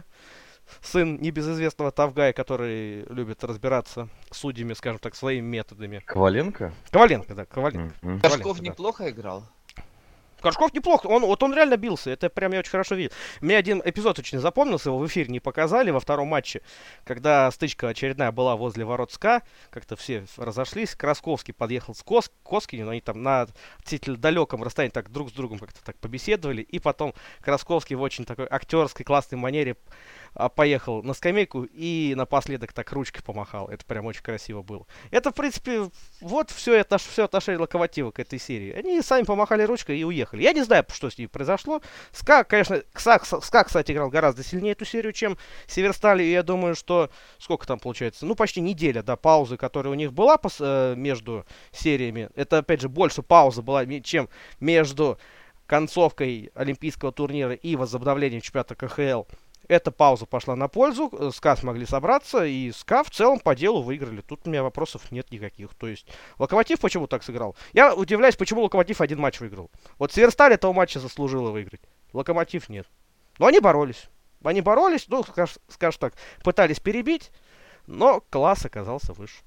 сын небезызвестного Тавгая, который любит разбираться с судьями, скажем так, своими методами. Коваленко? Коваленко, да, Коваленко. Мгм. Горшков Коваленко, да. неплохо играл. Горшков неплохо, он, вот он реально бился, это прям я очень хорошо видел. Мне один эпизод очень запомнился, его в эфире не показали во втором матче, когда стычка очередная была возле ворот СКА, как-то все разошлись, Красковский подъехал с Кос, Коскинем, они там на относительно далеком расстоянии так друг с другом как-то так побеседовали, и потом Красковский в очень такой актерской классной манере а, поехал на скамейку и напоследок так ручкой помахал, это прям очень красиво было. Это, в принципе, вот все, это, все отношение Локомотива к этой серии. Они сами помахали ручкой и уехали. Я не знаю, что с ними произошло. СКА, конечно, СКА, СКА, кстати, играл гораздо сильнее эту серию, чем Северсталь. И я думаю, что сколько там получается? Ну, почти неделя, да, паузы, которая у них была пос, э, между сериями. Это, опять же, больше пауза была, ме- чем между концовкой Олимпийского турнира и возобновлением чемпионата ка ха эл. Эта пауза пошла на пользу, э, СКА смогли собраться, и СКА в целом по делу выиграли. Тут у меня вопросов нет никаких. То есть, Локомотив почему так сыграл? Я удивляюсь, почему Локомотив один матч выиграл. Вот Северсталь этого матча заслужила выиграть. Локомотив нет. Но они боролись. Они боролись, ну, скаж- скажем так, пытались перебить, но класс оказался выше.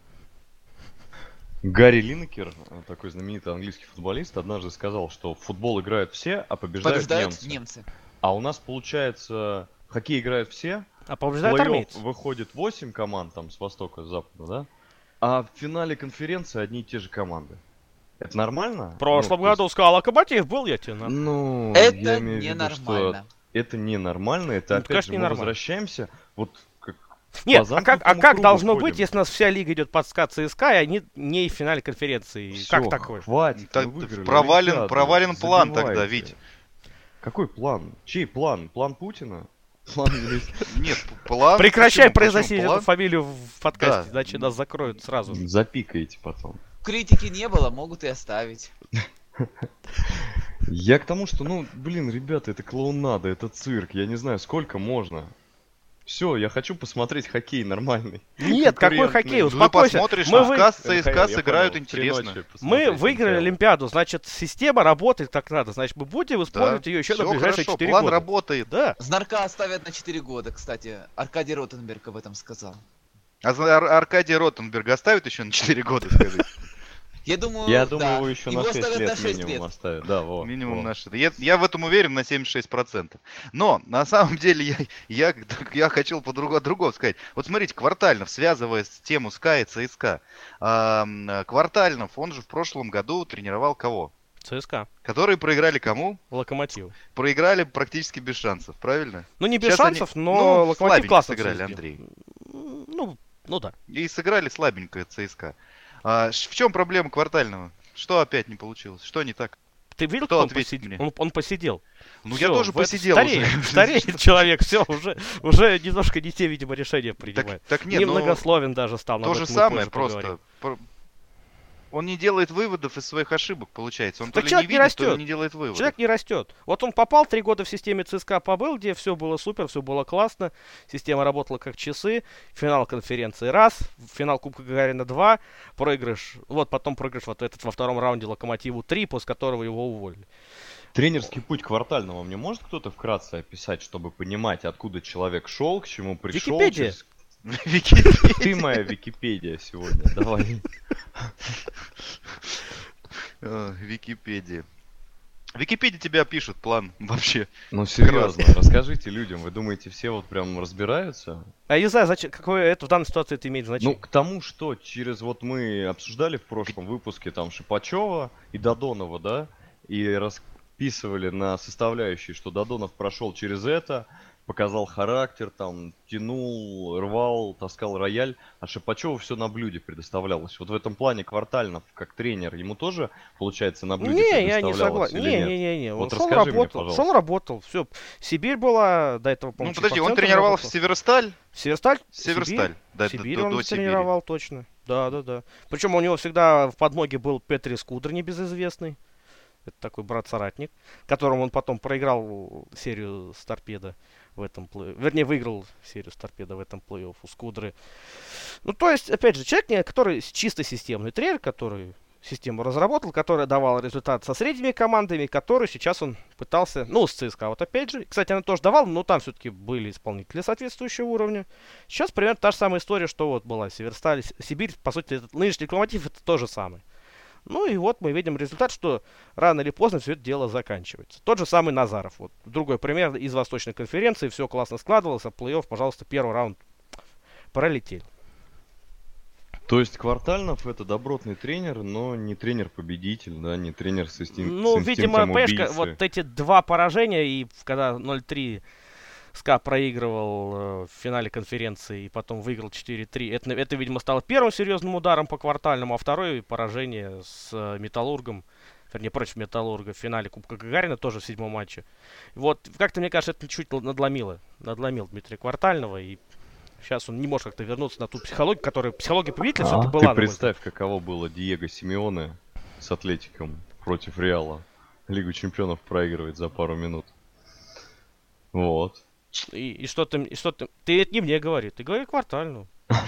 Гарри Линекер, такой знаменитый английский футболист, однажды сказал, что в футбол играют все, а побеждают, Побеждают немцы. немцы. А у нас получается, в хоккей играют все, А в побеждают плей-офф армейцы. выходит восемь команд там с востока, с запада, да? А в финале конференции одни и те же команды. Это нормально? В прошлом Ну, то есть- году сказал, Локомотив был, я тебе на... Ну, я Это имею в виду, ненормально. что это ненормально, это Ну, опять конечно, же мы ненормально. возвращаемся, вот как Нет, по а как, а замкнутому как кругу должно ходим. быть, если у нас вся лига идет под СКА ЦСКА, и они не в финале конференции? Всё, Как такое? хватит, Так, мы выиграли провален, Олимпиаду, провален план тогда, забивайте. Вить. Какой план? Чей план? План Путина? План весь- Нет, план... Прекращай почему? произносить Почему эту план? фамилию в подкасте, Да. иначе нас закроют сразу. же. Запикаете потом. Критики не было, могут и оставить. Я к тому, что, ну, блин, ребята, это клоунада, это цирк, я не знаю, сколько можно. Все, я хочу посмотреть хоккей нормальный. Нет, какой конкурентный. хоккей, Ну, ты успокойся. посмотришь, Мы, что вы- СКА с эн ха эл, ЦСКА я сыграют понял, в три интересно. ночи Мы посмотреть выиграли эн ха эл. Олимпиаду, значит, система работает как надо, значит, мы будем использовать ее еще на всё ближайшие хорошо, четыре план года. работает. Да. Знарка оставят на четыре года, кстати. Аркадий Ротенберг об этом сказал. А за- Ар- Аркадий Ротенберг оставит еще на четыре года, скажи. Я думаю, Я да. думаю, его еще на шесть оставят лет на шесть минимум лет. оставят. Да, во, Минимум во. на шесть. Я, я в этом уверен на семьдесят шесть процентов. Но, на самом деле, я, я, я хотел по другому, другого сказать. Вот смотрите, Квартальнов, связывая с тему СКА и ЦСКА. а, м, Квартальнов, он же в прошлом году тренировал кого? ЦСКА, Которые проиграли кому? Локомотив. Проиграли практически без шансов, правильно? Ну, не без Сейчас они- шансов, ну, но Локомотив слабенько классно сыграли, всё Андрей. сделал. Ну, ну да. И сыграли слабенько ЦСКА. А, ш- в чем проблема Квартального? Что опять не получилось? Что не так? Ты видел, Кто как он ответит посидел? мне? Он, он посидел. Ну, Всё, я тоже в этом посидел стареет, уже. Стареет человек, все, уже, уже немножко не те, видимо, решения Так, принимает. так нет, ну, Немногословен даже стал. но то об же этом мы самое, позже поговорим. просто... про- Он не делает выводов из своих ошибок, получается. Он Так то ли не человек не видит, то ли растет. не делает выводов. Человек не растет. Вот он попал три года в системе ЦСКА, побыл, где все было супер, все было классно, система работала как часы, финал конференции раз, финал Кубка Гагарина два, проигрыш, вот потом проигрыш вот этот во втором раунде Локомотиву три, после которого его уволили. Тренерский путь Квартального мне может кто-то вкратце описать, чтобы понимать, откуда человек шел, к чему пришел? Википедия. через- Википедия. Ты моя Википедия сегодня, давай. Э, Википедия. Википедия тебя пишет план вообще. Ну серьезно, расскажите людям, вы думаете, все вот прям разбираются? А я не знаю, зачем, какое это в данной ситуации это имеет Ну, значение. к тому, что через вот мы обсуждали в прошлом выпуске там Шипачева и Додонова, да, и расписывали на составляющие, что Додонов прошел через это, показал характер, там, тянул, рвал, таскал рояль, а Шипачеву все на блюде предоставлялось. Вот в этом плане Квартальнов, как тренер, ему тоже, получается, на блюде Не, я не предоставлялось согласен. или Не, нет? не, не, не. Вот Он шел расскажи мне, работал. пожалуйста. Шел работал. Все. Сибирь была до этого, Ну по-моему, подожди, он Чипа-центр тренировал в работал. Северсталь? Северсталь? Северсталь. Да, Сибирь до, он до Сибири. тренировал точно. Да, да, да. Причем у него всегда в подмоге был Петри Скудр, небезызвестный. Это такой брат-соратник, которому он потом проиграл серию с торпедо в этом плей. Вернее, выиграл серию с торпедо в этом плей-офф у Скудры. Ну, то есть, опять же, человек, не- который с- чисто системный тренер, который систему разработал, который давал результат со средними командами, который сейчас он пытался, ну, с ЦСКА, вот опять же. Кстати, она тоже давала, но там все-таки были исполнители соответствующего уровня. Сейчас примерно та же самая история, что вот была Северсталь, С- Сибирь, по сути, этот нынешний Локомотив, это то же самое. Ну и вот мы видим результат, что рано или поздно все это дело заканчивается. Тот же самый Назаров. Вот другой пример из Восточной конференции. Все классно складывалось, а плей-офф, пожалуйста, первый раунд пролетели. То есть Квартальнов это добротный тренер, но не тренер-победитель, да, не тренер с, инстин- Ну, с видимо, инстинктом понимаешь, ка- убийцы. вот эти два поражения, и в- когда ноль три СКА проигрывал э, в финале конференции и потом выиграл четыре три, это, это, видимо, стало первым серьезным ударом по Квартальному, а второе поражение с э, Металлургом, вернее, против Металлурга в финале Кубка Гагарина, тоже в седьмом матче. Вот, как-то, мне кажется, это чуть надломило, надломил Дмитрия Квартального, и сейчас он не может как-то вернуться на ту психологию, которая, психология победителя все-таки А, была. ты на мой взгляд. представь, каково было Диего Симеоне с Атлетиком против Реала. Лигу чемпионов проигрывает за пару минут. Вот. И, и что ты, и что ты, ты это не мне говори, ты говори Квартальному.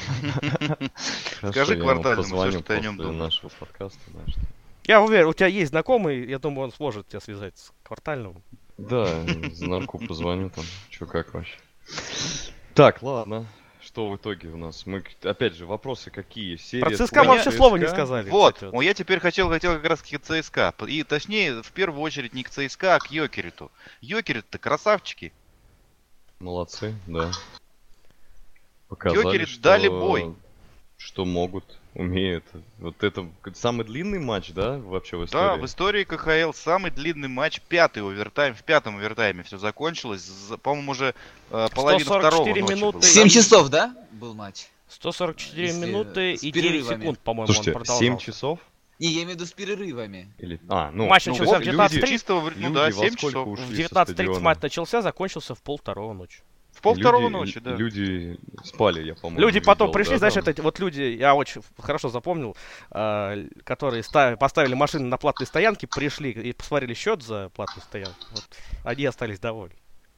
Хорошо, Скажи я ему Квартальному всё, позвоню что ты о нем после думаешь. нашего подкаста. Да, что- Я уверен, у тебя есть знакомый, я думаю, он сможет тебя связать с Квартальным. Да, Знарку позвоню там, чё как вообще. Так, ладно. Что в итоге у нас? Мы, к- опять же, вопросы какие? Серия Про ЦСКА твоя, мы вообще слова не ЦСКА? сказали. Вот, кстати, ну, я теперь хотел, хотел как раз к ЦСКА. И точнее, в первую очередь не к ЦСКА, а к Йокериту. Йокерит-то красавчики. Молодцы, да. Показали, Йокерит что, дали бой. что могут, умеют. Вот это самый длинный матч, да, вообще в Да, истории? в истории КХЛ самый длинный матч, пятый овертайм. В пятом овертайме все закончилось. За- По-моему, уже э, половина сто сорок второго четыре ночи минуты. было. Семь часов, да, был матч? сто сорок четыре Если минуты с и девять перерывами. секунд, по-моему, Слушайте, он продолжался. семь часов? Не, я имею в виду с перерывами. Или... А, ну, Матч Ну, начался вот в люди девятнадцать тридцать. чистого, вре- ну люди да, во семь сколько часов. ушли В со девятнадцать тридцать стадиона? матч начался, закончился в полвторого ночи. В пол второго Люди- ночи, да. Люди спали, я по-моему. Люди потом видел, пришли, да, знаешь, там. это, вот люди, я очень хорошо запомнил, э, которые ста- поставили машины на платной стоянке, пришли и посмотрели счет за платную стоянку. Вот, они остались довольны.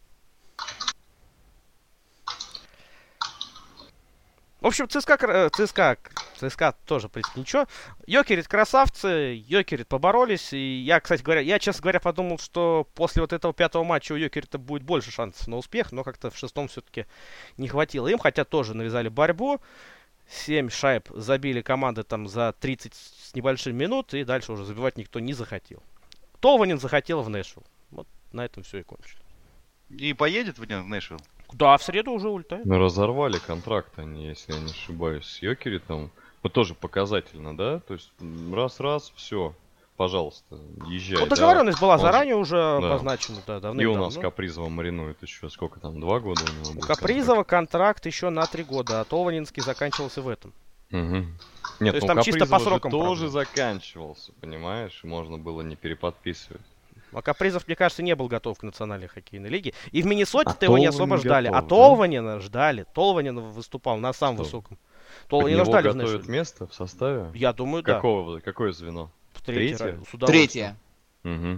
В общем, ЦСКА, кр- э, ЦСКА, ЦСКА тоже, в принципе, ничего. Йокерит красавцы, Йокерит поборолись. И я, кстати говоря, я, честно говоря, подумал, что после вот этого пятого матча у Йокерита будет больше шансов на успех, но как-то в шестом все-таки не хватило им, хотя тоже навязали борьбу. Семь шайб забили команды там за тридцать с небольшим минут, и дальше уже забивать никто не захотел. Толванин захотел в Нэшвилл. Вот на этом все и кончилось. И поедет в в Нэшвилл? Да, в среду уже улетает. Ну, разорвали контракт они, если я не ошибаюсь, с Йокеритом. Вот тоже показательно, да? То есть м, раз-раз, все, пожалуйста, езжай. Ну, да. договоренность была Он же- заранее уже да. обозначена, да, И давным-давно. у нас Капризова маринует еще, сколько там, два года у него У будет Капризова контракт еще на три года, а Толванинский заканчивался в этом. контракт? Мгм. Нет, есть ну там чисто Капризова по же срокам тоже проблема. заканчивался, понимаешь? И можно было не переподписывать. А Капризов, мне кажется, не был готов к национальной хоккейной лиге. И в Миннесоте-то А его не особо Толванин ждали. готов, а да? Толванина ждали. Толванин выступал на самом Что? высоком То Под не него ждали в готовят Нэшвилле. место в составе? Я думаю, Какого, какое звено? да. Третье. Третье? С удовольствием. Третье. Угу.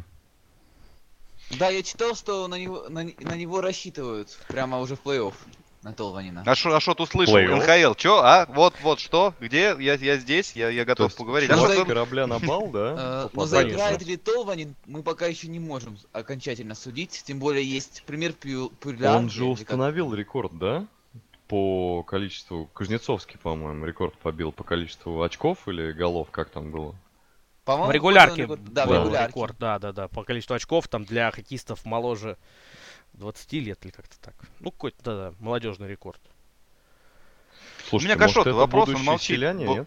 Да, я читал, что на него, на, на него рассчитывают прямо уже в плей-офф. На Толванина. А что а шо ты услышал? Плей-офф? эн ха эл, чё? А? Вот, вот что? Где? Я, я здесь, я, я готов поговорить. чувак Вот за- он- корабля на бал, да? Э, Но Попадает. заиграет ли Толванин, мы пока еще не можем окончательно судить. Тем более есть пример Пю- Пюрля. Он же установил рекорд, да? По количеству... Кузнецовский, по-моему, рекорд побил по количеству очков или голов, как там было? По-моему, В регулярке какой-то он рекорд- Да, в был регулярке. рекорд, да, да, да, по количеству очков там для хоккеистов моложе двадцати лет или как-то так. Ну, какой-то, да, да, молодежный рекорд. Слушайте, У меня может, Кашот, это вопрос, он будущий молчит. селяне, Во- нет?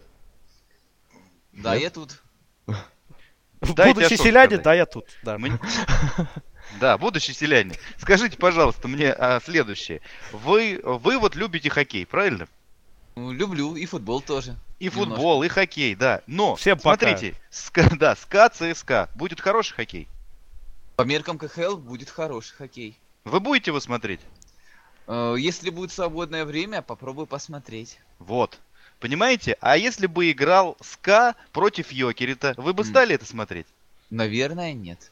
Да, Нет? я тут. Дайте Будущий Ашот селяне, сказать. да, я тут, да. Мне- Да, будущие селяне. Скажите, пожалуйста, мне а, следующее. Вы, вы вот любите хоккей, правильно? Ну, люблю, и футбол тоже. И Немножко. футбол, и хоккей, да. Но, Всем пока. смотрите, СКА, да, СКА, ЦСКА. Будет хороший хоккей. По меркам ка ха эл будет хороший хоккей. Вы будете его смотреть? Э, Если будет свободное время, попробую посмотреть. Вот. Понимаете? А если бы играл СКА против Йокерита, вы бы М. стали это смотреть? Наверное, нет.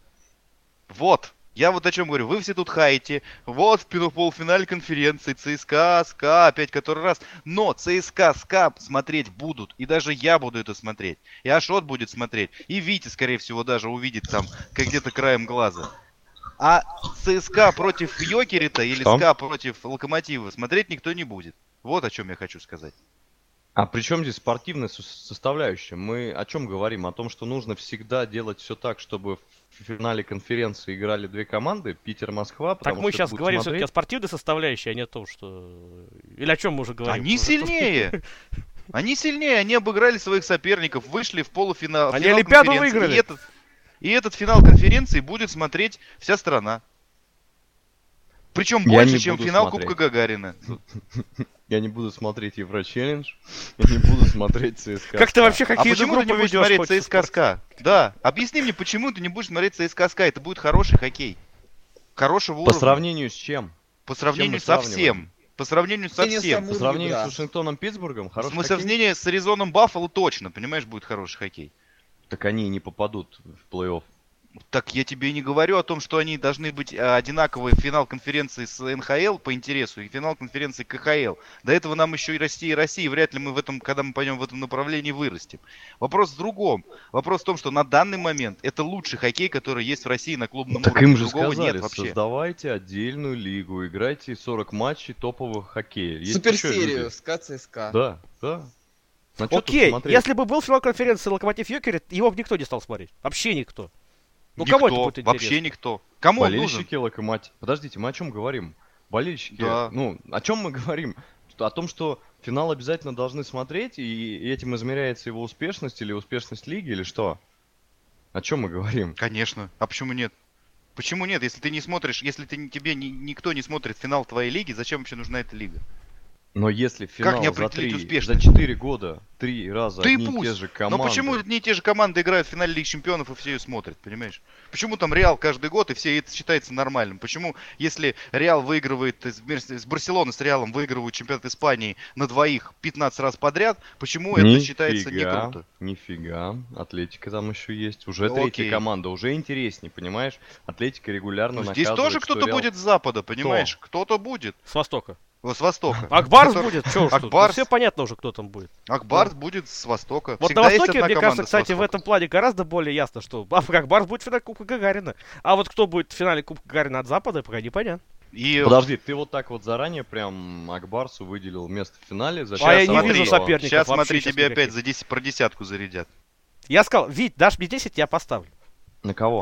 Вот. Я вот о чем говорю. Вы все тут хаете. Вот в пи- полуфинале конференции ЦСКА, СКА, опять который раз. Но ЦСКА, СКА смотреть будут. И даже я буду это смотреть. И Ашот будет смотреть. И Витя, скорее всего, даже увидит там, как где-то краем глаза. А ЦСКА против Йокерита или Что? СКА против Локомотива смотреть никто не будет. Вот о чем я хочу сказать. А при чем здесь спортивная со- составляющая? Мы о чем говорим? О том, что нужно всегда делать все так, чтобы в финале конференции играли две команды, Питер, Москва. Так потому мы что сейчас будут говорим все-таки о смотреть. спортивной составляющей, а не о том, что... Или о чем мы уже говорим? Они сильнее. Они сильнее, они обыграли своих соперников, вышли в полуфинал. Они финал Олимпиаду конференции. выиграли. И этот, и этот финал конференции будет смотреть вся страна. Причем Я больше, не чем буду финал смотреть. Кубка Гагарина. Я не буду смотреть Еврочеллендж, я не буду смотреть ЦСКА. Как ты вообще А хоккейную почему ты не группу будешь ведешь? смотреть хочется ЦСКА СКА? Да, объясни мне, почему ты не будешь смотреть ЦСКА СКА? Это будет хороший хоккей. Хорошего По уровня. сравнению с чем? По сравнению мы со сравниваем? всем. По сравнению со Сравнению с всем. самой- По сравнению да. с Вашингтоном, Питтсбургом, В хороший смысле, хоккей? сравнение с Аризоном Баффало точно, понимаешь, будет хороший хоккей. Так они не попадут в плей-офф. Так я тебе не говорю о том, что они должны быть а, одинаковые в финал конференции с эн ха эл по интересу и финал конференции ка ха эл. До этого нам еще и Россия, и Россия. Вряд ли мы в этом, когда мы пойдем в этом направлении, вырастем. Вопрос в другом. Вопрос в том, что на данный момент это лучший хоккей, который есть в России на клубном Так уровне. им же Другого сказали, нет вообще. создавайте отдельную лигу, играйте сорок матчей топового хоккея. Есть еще Суперсерию люди. СКА ЦСКА. Да, да. На чё тут Окей, смотреть? если бы был финал конференции Локомотив Йокерит, его бы никто не стал смотреть. Вообще никто. Ну Никто, кого это будет интересно? вообще никто. Кому он нужен? Болельщики Локомотив. Подождите, мы о чем говорим? Болельщики. Да. Ну, о чем мы говорим? Что- О том, что финал обязательно должны смотреть, и этим измеряется его успешность или успешность лиги, или что? О чем мы говорим? Конечно. А почему нет? Почему нет? Если ты не смотришь, если ты, не- тебе ни- никто не смотрит финал твоей лиги, зачем вообще нужна эта лига? Но если финал не за определить три, успешность? за четыре года, три раза Ты одни и те пусть. же команды. Но почему одни и те же команды играют в финале Лиги Чемпионов и все ее смотрят, понимаешь? Почему там Реал каждый год и все это считается нормальным? Почему, если Реал выигрывает, с Мер- с Барселоны с Реалом выигрывают чемпионат Испании на двоих пятнадцать раз подряд, почему это считается не Нифига, круто? Нифига, Атлетика там еще есть. Уже Ну, третья окей. команда, уже интереснее, понимаешь? Атлетика регулярно Ну, здесь наказывает, тоже что кто-то Реал- будет с запада, понимаешь? Кто-то будет. С Востока. Вот с востока. Акбарс Который- будет, чё уж тут. Ну, Акбарс. все понятно уже, кто там будет. Акбарс будет с востока. Вот Всегда на есть Востоке, одна мне команда кажется, с кстати, в востока. этом плане гораздо более ясно, что а, Акбарс будет в финале Кубка Гагарина. А вот кто будет в финале Кубка Гагарина от Запада, пока непонятно. И Подожди, ты вот так вот заранее прям Акбарсу выделил место в финале? За А счет я не того, вижу что- соперников. сейчас вообще смотри, сейчас тебе никаких. опять за десять, про десятку зарядят. Я сказал, Вить, дашь мне десять, я поставлю. На кого?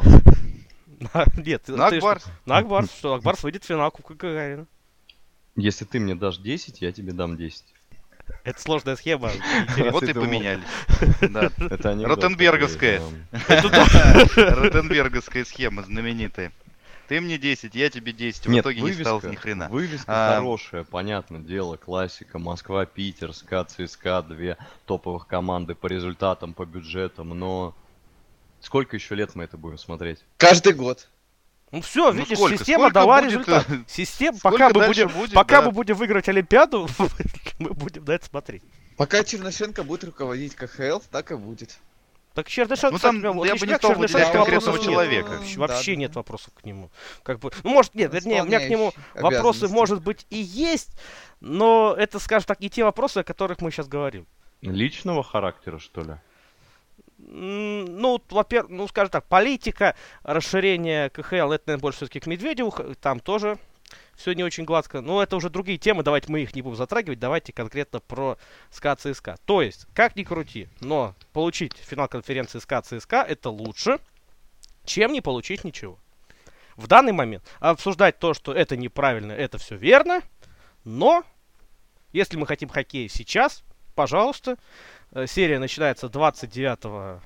На- Нет, ты- На ты Акбарс. что? На Акбарс, что Акбарс выйдет в финал Кубка Гагарина. Если ты мне дашь десять, я тебе дам десять. Это сложная схема. Вот ты и думал. поменялись. Да. Это анекдот Ротенберговская. такой, да. Ротенберговская схема знаменитая. Ты мне десять, я тебе десять. В Нет, итоге не вывеска, стало ни хрена. вывеска А, хорошая, понятное дело, классика. Москва, Питер, СКА, ЦСКА, две топовых команды по результатам, по бюджетам, но сколько еще лет мы это будем смотреть? Каждый год. Ну все, Ну, видишь, сколько? система Сколько дала будет, результат. э, Система, сколько пока мы дальше будем, будет, пока да. мы будем выигрывать Олимпиаду, мы будем на это смотреть. Пока Чернышенко будет руководить ка ха эл, так и будет. Так Чернышенко, Ну, там, кстати, вот я лично бы не к стал Чернышенко выделять конкретного вопросов нет. человека. Вообще, Да, вообще да. нет вопросов к нему. Как бы, ну, может, нет, вернее, у меня к нему Исполняющий вопросы, обязанности. может быть, и есть, но это, скажем так, не те вопросы, о которых мы сейчас говорим. Личного характера, что ли? М, Ну, во-первых, ну, скажем так, политика расширения ка ха эл, это, наверное, больше все-таки к Медведеву, х- там тоже все не очень гладко. Но это уже другие темы, давайте мы их не будем затрагивать, давайте конкретно про СКА ЦСКА. То есть, как ни крути, но получить финал конференции СКА ЦСКА это лучше, чем не получить ничего. В данный момент обсуждать то, что это неправильно, это все верно, но если мы хотим хоккей сейчас, пожалуйста, э, серия начинается двадцать девятого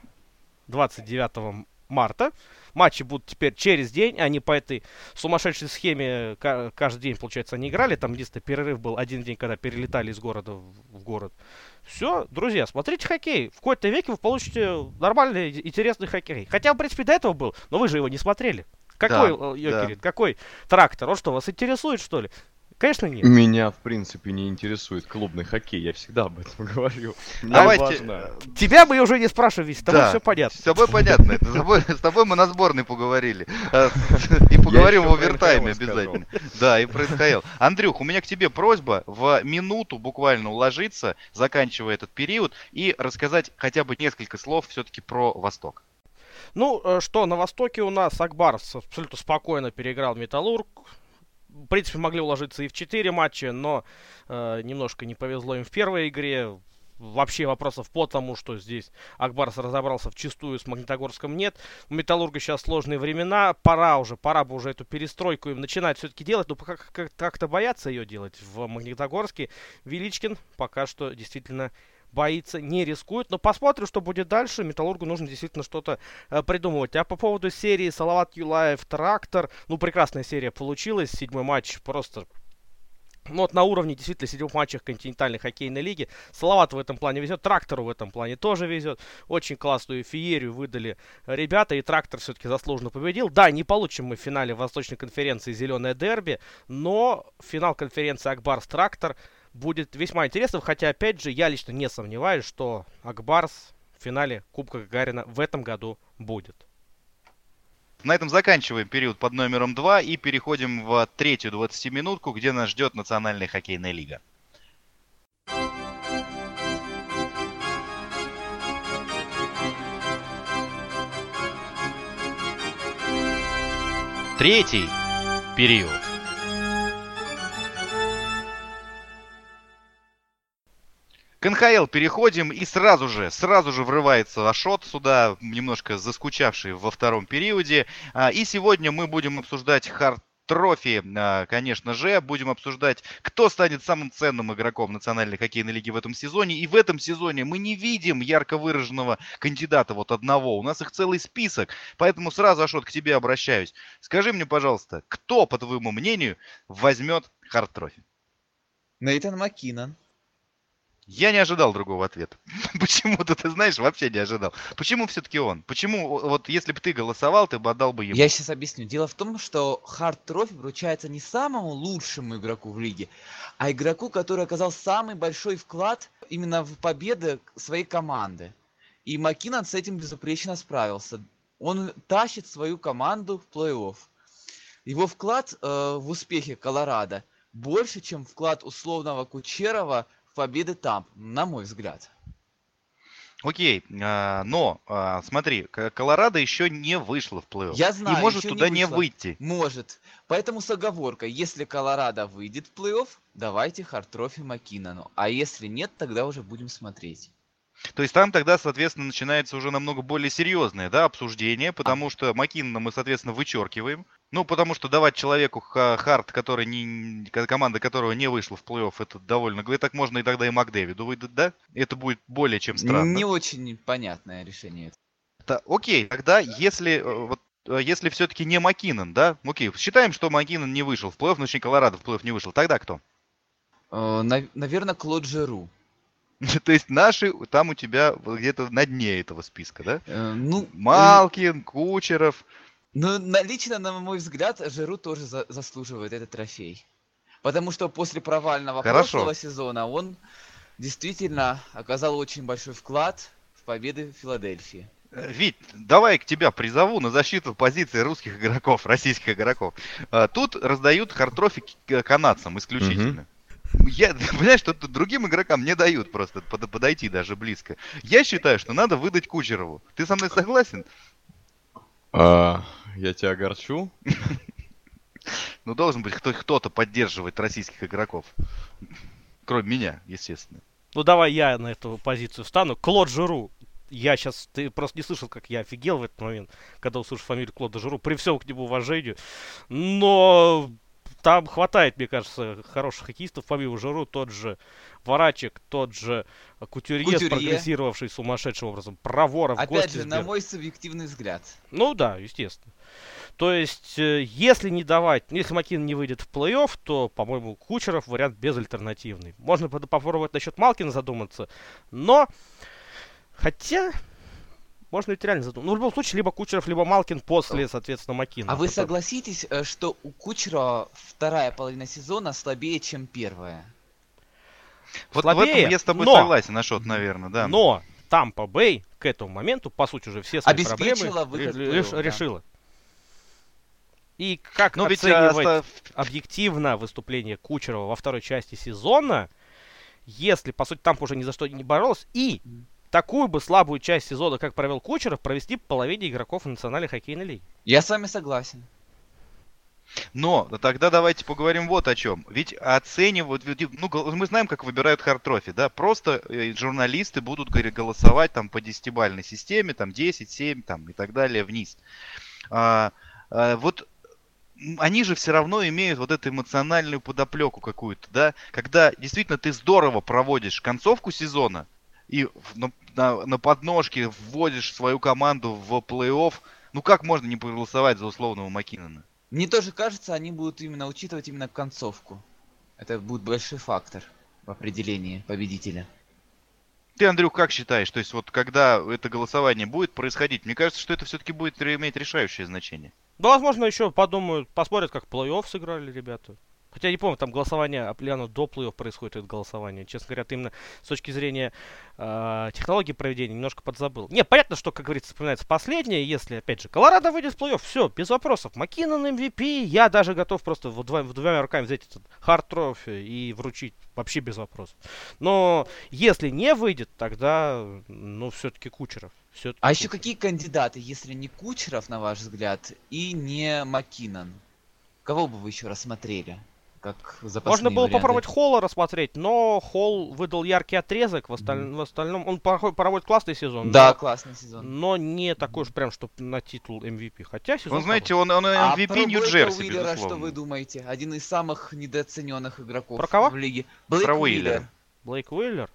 марта. Матчи будут теперь через день, а не по этой сумасшедшей схеме ка- каждый день, получается, они играли. Там единственный перерыв был один день, когда перелетали из города в, в город. Все, друзья, смотрите хоккей. В какой-то веке вы получите нормальный, и- интересный хоккей. Хотя, в принципе, до этого был, но вы же его не смотрели. Какой, Да, э, Йокерит, да. какой трактор? Он что, вас интересует, что ли? Конечно, нет. Меня, в принципе, не интересует клубный хоккей, я всегда об этом говорю. Мне Давайте, важно. Тебя мы уже не спрашиваем, ведь с тобой Да, все понятно. С тобой понятно. Это с, тобой, с тобой мы на сборной поговорили. А, И поговорим Я в еще про овертайме эн ха эл обязательно. Да, и про эн ха эл. Андрюх, у меня к тебе просьба в минуту буквально уложиться, заканчивая этот период, и рассказать хотя бы несколько слов все-таки про Восток. Ну, э, что, на Востоке у нас Акбарс абсолютно спокойно переиграл Металлург. В принципе, могли уложиться и в четыре матча, но э, немножко не повезло им в первой игре. Вообще вопросов по тому, что здесь Акбарс разобрался вчистую, с Магнитогорском нет. У Металлурга сейчас сложные времена. Пора уже, пора бы уже эту перестройку им начинать все-таки делать. Но пока как- как-то боятся ее делать в Магнитогорске. Величкин пока что действительно боится, не рискует. Но посмотрим, что будет дальше. Металлургу нужно действительно что-то э, придумывать. А по поводу серии Салават Юлаев Трактор, ну, прекрасная серия получилась. Седьмой матч просто... Ну, вот на уровне действительно седьмых матчах континентальной хоккейной лиги. Салават в этом плане везет, Трактору в этом плане тоже везет. Очень классную феерию выдали ребята, и Трактор все-таки заслуженно победил. Да, не получим мы в финале Восточной конференции зеленое дерби, но финал конференции Акбарс-Трактор будет весьма интересным, хотя, опять же, я лично не сомневаюсь, что Акбарс в финале Кубка Гагарина в этом году будет. На этом заканчиваем период под номером два и переходим в третью двадцатиминутку, где нас ждет Национальная хоккейная лига. Третий период. К эн ха эл переходим, и сразу же, сразу же врывается Ашот сюда, немножко заскучавший во втором периоде. А, И сегодня мы будем обсуждать Хард Трофи, а, конечно же, будем обсуждать, кто станет самым ценным игроком Национальной хоккейной лиги в этом сезоне. И в этом сезоне мы не видим ярко выраженного кандидата вот одного. У нас их целый список. Поэтому сразу, Ашот, к тебе обращаюсь. Скажи мне, пожалуйста, кто, по твоему мнению, возьмет Хард Трофи? Нейтан Маккинон. Я не ожидал другого ответа. Почему-то, ты знаешь, вообще не ожидал. Почему все-таки он? Почему, вот если бы ты голосовал, ты бы отдал бы ему? Я сейчас объясню. Дело в том, что Хард Трофи вручается не самому лучшему игроку в лиге, а игроку, который оказал самый большой вклад именно в победы своей команды. И Маккинон с этим безупречно справился. Он тащит свою команду в плей-офф. Его вклад э, в успехе Колорадо больше, чем вклад условного Кучерова в победы Тамп, на мой взгляд. Окей, а, но а, смотри, К- Колорадо еще не вышла в плей-офф. Я знаю, и может еще туда не вышла. выйти. Может. Поэтому с оговоркой, если Колорадо выйдет в плей-офф, давайте Хард Трофи Маккинону. А если нет, тогда уже будем смотреть. То есть там тогда, соответственно, начинается уже намного более серьезное, да, обсуждение, потому что Маккинона мы, соответственно, вычеркиваем. Ну, потому что давать человеку ха- Хард, который не, ко- команда которого не вышла в плей-офф, это довольно... говорит, так можно и тогда и Макдэвиду выдать, да? Это будет более чем странно. Не очень понятное решение. Та- окей, тогда если... э, вот, э, если все-таки не Маккинон, да? Окей, считаем, что Маккинон не вышел в плей-офф, но очень Колорадо в плей-офф не вышел. Тогда кто? Наверное, Клод Жиру. То есть наши там у тебя вот где-то на дне этого списка, да? Э, Ну, Малкин, Кучеров. ну, на- лично, на мой взгляд, Жиру тоже за- заслуживает этот трофей. Потому что после провального Хорошо. прошлого сезона он действительно оказал очень большой вклад в победы Филадельфии. Э, Вить, давай к тебя призову на защиту позиции русских игроков, российских игроков. А, Тут раздают хардтрофи к- канадцам исключительно. Я, понимаешь, что тут другим игрокам не дают просто под- подойти даже близко. Я считаю, что надо выдать Кучерову. Ты со мной согласен? А, я тебя огорчу. Ну, должен быть кто- кто-то поддерживать российских игроков. Кроме меня, естественно. Ну давай я на эту позицию встану. Клод Жиру. Я сейчас, ты просто не слышал, как я офигел в этот момент, когда услышал фамилию Клода Жиру, при всем к нему уважению. Но там хватает, мне кажется, хороших хоккеистов, помимо Жиру, тот же Варачек, тот же Кутюрье, Кутюрье. прогрессировавший сумасшедшим образом, Проворов, Опять же, на Гостисберг. мой субъективный взгляд. Ну да, естественно. То есть, э, если не давать, если Макин не выйдет в плей-офф, то, по-моему, Кучеров вариант безальтернативный. Можно под- попробовать насчет Малкина задуматься, но, хотя, можно ведь реально задуматься. Ну, в любом случае, либо Кучеров, либо Малкин после, соответственно, Макина. А вы Это- согласитесь, э, что у Кучерова вторая половина сезона слабее, чем первая? Вот в Слабее, этом я с тобой но- согласен, Ашот, наверное, да. Но Тампа Бэй к этому моменту, по сути, уже все свои Обеспечила проблемы выход в ре- плей-офф, реш- да. решила. И как Но ведь оценивать а, ста- объективно выступление Кучерова во второй части сезона, если, по сути, Тампа уже ни за что не боролась, и Мгм. такую бы слабую часть сезона, как провел Кучеров, провести половине игроков Национальной хоккейной лиги. Я с вами согласен. Но тогда давайте поговорим вот о чем. Ведь оценивают, ведь, ну, гол- мы знаем, как выбирают хардтрофи, да, просто э, журналисты будут говорит, голосовать там по десятибалльной системе, там десять, семь, там и так далее вниз. А, а, вот м, они же все равно имеют вот эту эмоциональную подоплеку какую-то, да, когда действительно ты здорово проводишь концовку сезона и в- на, на- на подножке вводишь свою команду в плей-офф, ну как можно не проголосовать за условного Маккинона? Мне тоже кажется, они будут именно учитывать именно концовку. Это будет большой фактор в определении победителя. Ты, Андрюх, как считаешь? То есть вот когда это голосование будет происходить, мне кажется, что это все-таки будет ре- иметь решающее значение. Да, возможно, еще подумают, посмотрят, как плей-офф сыграли ребята. Хотя я не помню, там голосование, а ли оно до плей-офф происходит, это голосование. Честно говоря, ты именно с точки зрения э, технологии проведения немножко подзабыл. Не, понятно, что, как говорится, вспоминается последнее, если, опять же, Колорадо выйдет в плей-офф, все, без вопросов. Маккинон эм ви пи, я даже готов просто вот два, двумя руками взять этот хард-трофи и вручить, вообще без вопросов. Но если не выйдет, тогда, ну, все-таки Кучеров. Всё-таки А еще Кучеров. какие кандидаты, если не Кучеров, на ваш взгляд, и не Маккинон? Кого бы вы еще рассмотрели? Как запасные Можно было варианты? попробовать Холла рассмотреть, но Холл выдал яркий отрезок, в, осталь- Мгм. в остальном он порой- проводит классный сезон, Да, но, классный сезон. но не такой уж прям, что на титул эм ви пи. Хотя сезон Он, знаете, хороший. он, он А эм ви пи про Блейка Нью-Джерси, Уиллера что безусловно. вы думаете? Один из самых недооцененных игроков Про кого? в лиге. Блейк Про Уиллер. Уиллера. Блейк Уиллер.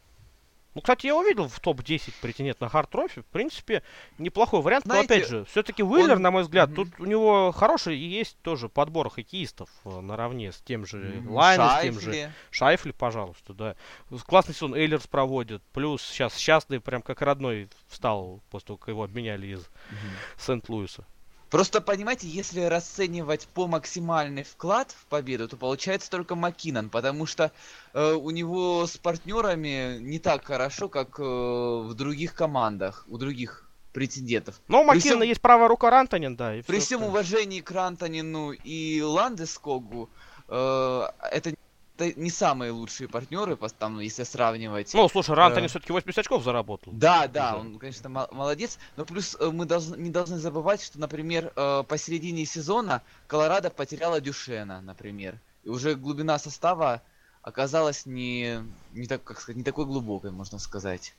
Ну, кстати, я увидел в топ десять претендент на хард трофи. В принципе, неплохой вариант. Но Знаете, опять же, все-таки Уиллер, он- на мой взгляд, Мгм. тут у него хороший и есть тоже подбор хоккеистов э, наравне с тем же М, Лайном, с тем же Шайфли. Шайфли, пожалуйста, да. Классный сезон Эйлерс проводит. Плюс сейчас счастный, прям как родной встал после того, как его обменяли из Мгм. Сент-Луиса. Просто понимаете, если расценивать по максимальный вклад в победу, то получается только Маккинон, потому что э, у него с партнерами не так хорошо, как э, в других командах, у других претендентов. Но у При Маккинона всем- есть правая рука Рантанин, да. И При всё всем остальное. уважении к Рантанину и Ландескогу, э, это это не самые лучшие партнеры, пос- там, если сравнивать. Ну, слушай, Рантанин э, все-таки восемьдесят очков заработал. Да, да, Уже. он, конечно, мол- молодец, но плюс э, мы должны, не должны забывать, что, например, э, посередине сезона Колорадо потеряла Дюшена, например, и уже глубина состава оказалась не, не, так, как сказать, не такой глубокой, можно сказать.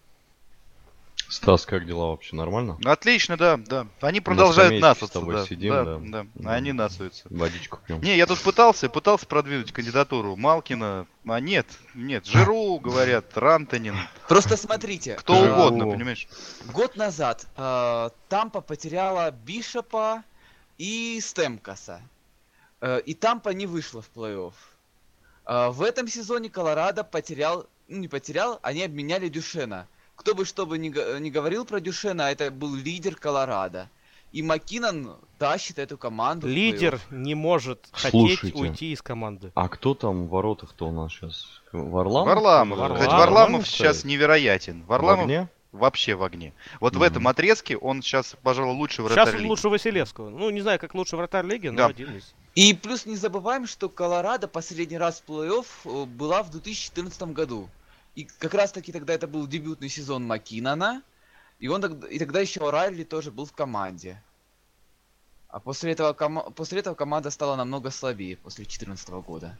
Стас, как дела вообще? Нормально? Отлично, да, да. Они продолжают скамеечке насаться, с тобой да, сидим, да, да. да, Да. они насаются. Водичку пьем. Не, я тут пытался, пытался продвинуть кандидатуру Малкина, а нет, нет, Жиру, говорят, Рантанин, Просто смотрите, кто э, угодно, понимаешь? год назад э, Тампа потеряла Бишопа и Стемкаса, э, и Тампа не вышла в плей-офф. Э, в этом сезоне Колорадо потерял, ну не потерял, они обменяли Дюшена. Кто бы что бы ни, го- ни говорил про Дюшена, это был лидер Колорадо. И Маккинон тащит эту команду. Лидер не может Слушайте, хотеть уйти из команды. А кто там в воротах-то у нас сейчас? Варламов? Варламов. Варламов. Хоть Варламов Варламов стоит? сейчас невероятен. В Варламов огне? вообще в огне. Вот в Мгм. этом отрезке он сейчас, пожалуй, лучший Сейчас вратарь он лиги. лучше Василевского. Ну, не знаю, как лучший вратарь лиги, но Да. один из. И плюс не забываем, что Колорадо последний раз в плей-офф э, была в две тысячи четырнадцатом году. И как раз таки тогда это был дебютный сезон Маккинона. И, он тогда, и тогда еще Райли тоже был в команде. А после этого, кома- после этого команда стала намного слабее после две тысячи четырнадцатого года.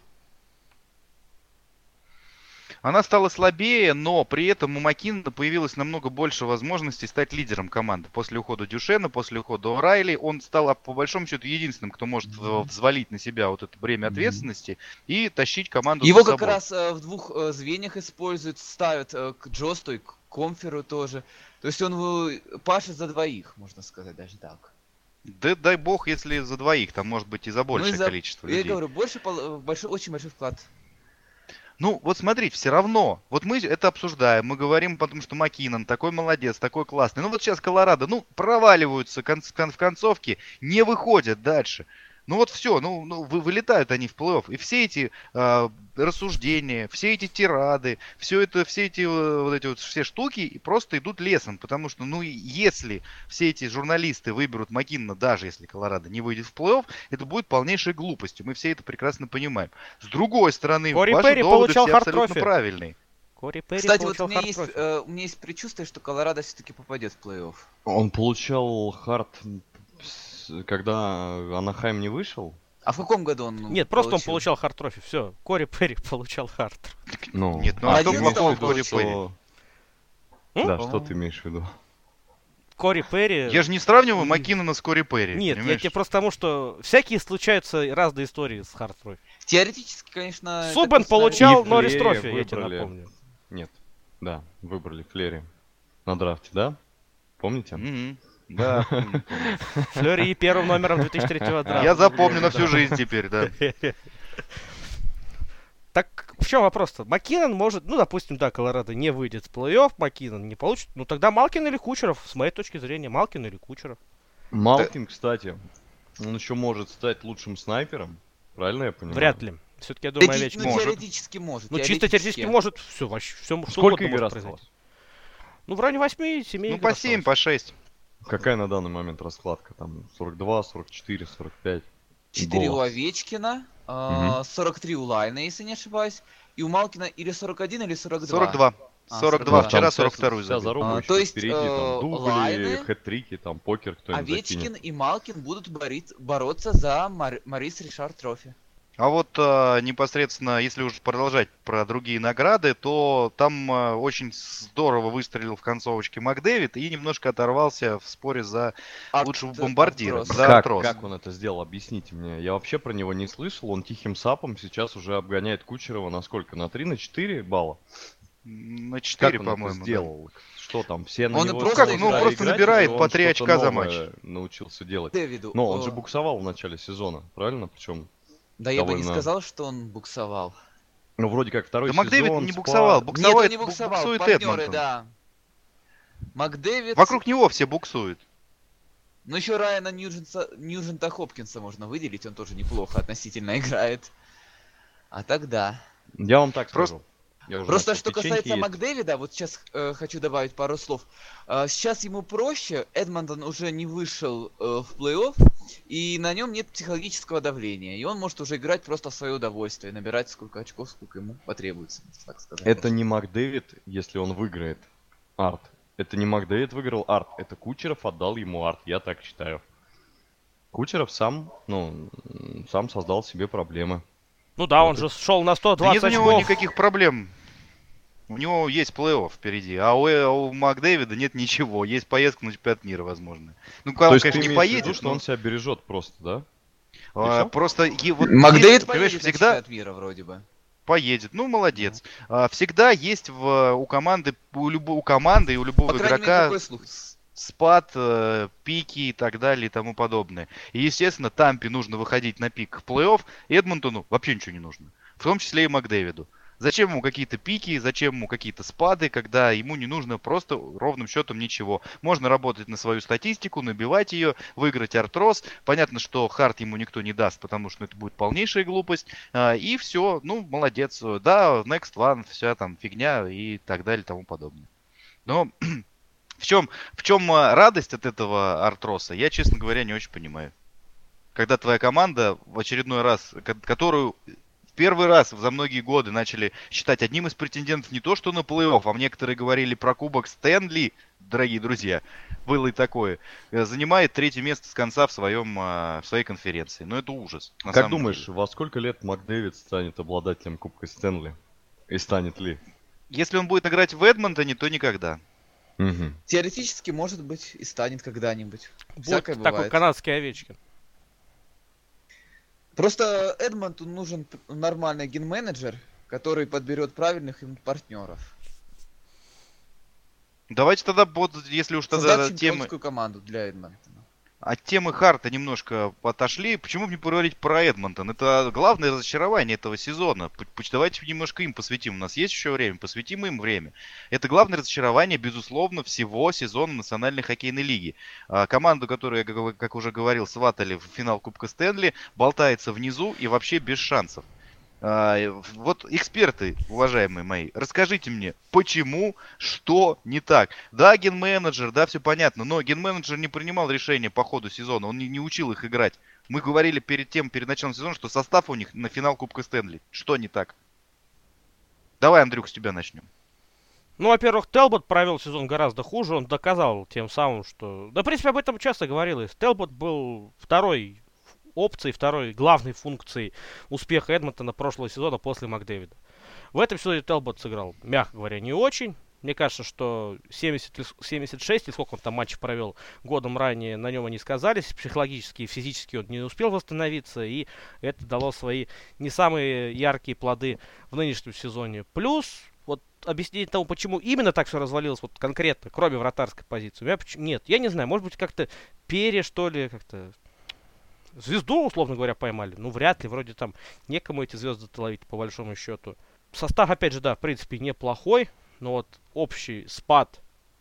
Она стала слабее, но при этом у Маккинона появилось намного больше возможностей стать лидером команды. После ухода Дюшена, после ухода О'Райли, он стал, а, по большому счету, единственным, кто может в- взвалить на себя вот это бремя ответственности и тащить команду Его за как собой. раз э, в двух э, звеньях используют, ставят э, к Джосту и к Комферу тоже. То есть он э, пашет за двоих, можно сказать даже так. Да дай бог, если за двоих, там может быть и за большее Ну и за- количество Я людей. говорю, больше, пол- э, большой, очень большой вклад. Ну, вот смотрите, все равно, вот мы это обсуждаем, мы говорим, потому что Маккинон такой молодец, такой классный. Ну вот сейчас Колорадо, ну, проваливаются кон- кон- в концовке, не выходят дальше. Ну вот все, ну, ну вы, вылетают они в плей-офф. И все эти э, рассуждения, все эти тирады, все это, все эти э, вот эти вот все штуки и просто идут лесом. Потому что, ну, и если все эти журналисты выберут Маккинона, даже если Колорадо не выйдет в плей-офф, это будет полнейшей глупостью. Мы все это прекрасно понимаем. С другой стороны, Кори ваши Перри доводы получал все абсолютно хард-трофи. правильные. Кори Перри Кстати, вот у получил меня, есть, хард-трофи. э, у меня есть предчувствие, что Колорадо все-таки попадет в плей-офф. Он получал хард, с- когда Анахайм не вышел? А в каком году он ну, Нет, просто он получал хард-трофи. Все, Кори Перри получал хард. Ну, Нет, ну а а что что плохого плохого в в Кори Кори Перри? Что- М? Да, что ты имеешь в виду? Кори Перри... Я же не сравниваю М. Маккинона с Кори Перри. Нет, я понимаешь? тебе просто потому, что всякие случаются разные истории с хард-трофи. Теоретически, конечно... Субан такой получал И Норрис Флери трофи, я тебе выбрали. напомню. Нет. Да, выбрали Флери на драфте, да? Помните? Мгм. Да, помню, помню. Флёри и первым номером две тысячи третьего драфта. Я запомню на всю Да. жизнь теперь, да. Так в чем вопрос-то? Маккинон может, ну, допустим, да, Колорадо не выйдет в плей-офф, Маккинон не получит. Ну, тогда Малкин или Кучеров, с моей точки зрения, Малкин или Кучеров. Малкин, кстати, он еще может стать лучшим снайпером. Правильно я понимаю? Вряд ли. Все-таки я думаю, Теоретически- овечкин. ну, может. теоретически может. Ну, чисто теоретически может, все, вообще, все, что Сколько угодно игр может осталось? произойти. Ну, в районе восьми-семи Ну, по семь, по шесть. Какая на данный момент раскладка? Там сорок два, сорок четыре, сорок пять. четыре у голов. Овечкина, а, сорок три у Лайна, если не ошибаюсь. И у Малкина или сорок один, или сорок два. сорок два. А, сорок Ну, два. там Вчера вся- сорок второй Вся забил. заруба А, еще то есть, впереди, э, там дубли, Лайны, хэт-трики, там покер кто-нибудь Овечкин закинет. и Малкин будут борить, бороться за Мар- Марис Ришар трофи. А вот а, непосредственно, если уж продолжать про другие награды, то там а, очень здорово выстрелил в концовочке Макдэвид и немножко оторвался в споре за Арт- лучшего бомбардира. Артрос. За Как, Артрос. как он это сделал? Объясните мне. Я вообще про него не слышал. Он тихим сапом сейчас уже обгоняет Кучерова на сколько? На три, на четыре балла? На Как четыре, он по-моему. это да. сделал? Что там? Все на Он и него просто- стали Ну, играть, просто или набирает он по три что-то очка за новое научился делать. Дэвиду. Но он э, же буксовал в начале сезона, правильно? Причем, Да я бы не довольно- сказал, что он буксовал. ну, вроде как второй Да сезон. Макдэвид не спа- буксовал. Нет, Буксовал, он не буксовал, буксует партнеры, Эдмонтон. да. Макдэвид... Вокруг него все буксуют. Ну еще Райана Ньюдженса, Ньюджента Хопкинса можно выделить, он тоже неплохо относительно играет. А тогда. Я вам так Просто- скажу. Я уже Просто начал что печеньки касается есть. Макдэвида, вот сейчас э, хочу добавить пару слов. Э, сейчас ему проще, Эдмонтон уже не вышел э, в плей-офф, и на нем нет психологического давления. И он может уже играть просто в свое удовольствие, набирать сколько очков, сколько ему потребуется, так сказать. Это не Макдэвид, если он выиграет арт. Это не Макдэвид выиграл арт. Это Кучеров отдал ему арт. Я так считаю. Кучеров сам, ну, м, сам создал себе проблемы. Ну да, Вот он и- же шел на сто Да нет двадцать у него очков. никаких проблем. У него есть плей-офф впереди, а у, а у Макдэвида нет ничего. Есть поездка на чемпионат мира, возможно. Ну, То он, есть конечно, ты не имеешь в виду, поедет, что но он себя бережет просто, да? а, всё? просто е- вот Макдэвид есть, понимаешь, поедет на всегда чемпионат мира вроде бы. поедет. Ну, молодец. А, всегда есть в, у команды, у, любо, у команды и у любого По крайней мере, игрока такой слух. с- спад, э, пики и так далее и тому подобное. И, естественно, Тампе нужно выходить на пик в плей-офф, Эдмонтону вообще ничего не нужно. В том числе и Макдэвиду. Зачем ему какие-то пики, зачем ему какие-то спады, когда ему не нужно просто ровным счетом ничего. Можно работать на свою статистику, набивать ее, выиграть артрос. Понятно, что хард ему никто не даст, потому что это будет полнейшая глупость. И все, ну, молодец. Да, next one, вся там фигня и так далее и тому подобное. Но в чем, в чем радость от этого артроса, я, честно говоря, не очень понимаю. Когда твоя команда в очередной раз, которую в первый раз за многие годы начали считать одним из претендентов не то что на плей-офф, а некоторые говорили про кубок Стэнли, дорогие друзья, было и такое, занимает третье место с конца в, своем, в своей конференции. Ну это ужас. Как думаешь, деле. Во сколько лет МакДэвид станет обладателем кубка Стэнли? И станет ли? Если он будет играть в Эдмонтоне, то никогда. Угу. Теоретически, может быть, и станет когда-нибудь. Будет такой канадский Овечкин. Просто Эдмонту нужен нормальный ген-менеджер, который подберет правильных им партнеров. Давайте тогда, вот, если уж тогда Создать темы... команду для Эдмонтона. От темы Харта немножко отошли. Почему бы не поговорить про Эдмонтон? Это главное разочарование этого сезона. Давайте немножко им посвятим. У нас есть еще время, посвятим им время. Это главное разочарование, безусловно, всего сезона Национальной хоккейной лиги. Команду, которую, как уже говорил, сватали в финал Кубка Стэнли, болтается внизу и вообще без шансов. Вот эксперты, уважаемые мои, расскажите мне, почему, что не так? Да, ген-менеджер, да, все понятно, но ген-менеджер не принимал решения по ходу сезона, он не, не учил их играть. Мы говорили перед тем, перед началом сезона, что состав у них на финал Кубка Стэнли. Что не так? Давай, Андрюх, с тебя начнем. Ну, во-первых, Телбот провел сезон гораздо хуже, он доказал тем самым, что... Да, в принципе, об этом часто говорилось. Телбот был второй опцией, второй главной функцией успеха Эдмонтона прошлого сезона после МакДэвида. В этом сезоне Телбот сыграл, мягко говоря, не очень. Мне кажется, что семьдесят, семьдесят шесть, или сколько он там матчей провел годом ранее, на нем они сказались. Психологически и физически он не успел восстановиться, и это дало свои не самые яркие плоды в нынешнем сезоне. Плюс, вот объяснение того, почему именно так все развалилось, вот конкретно, кроме вратарской позиции, у меня нет, я не знаю, может быть, как-то пере, что ли, как-то... Звезду, условно говоря, поймали. Ну, вряд ли. Вроде там некому эти звезды ловить, по большому счету. Состав, опять же, да, в принципе, неплохой. Но вот общий спад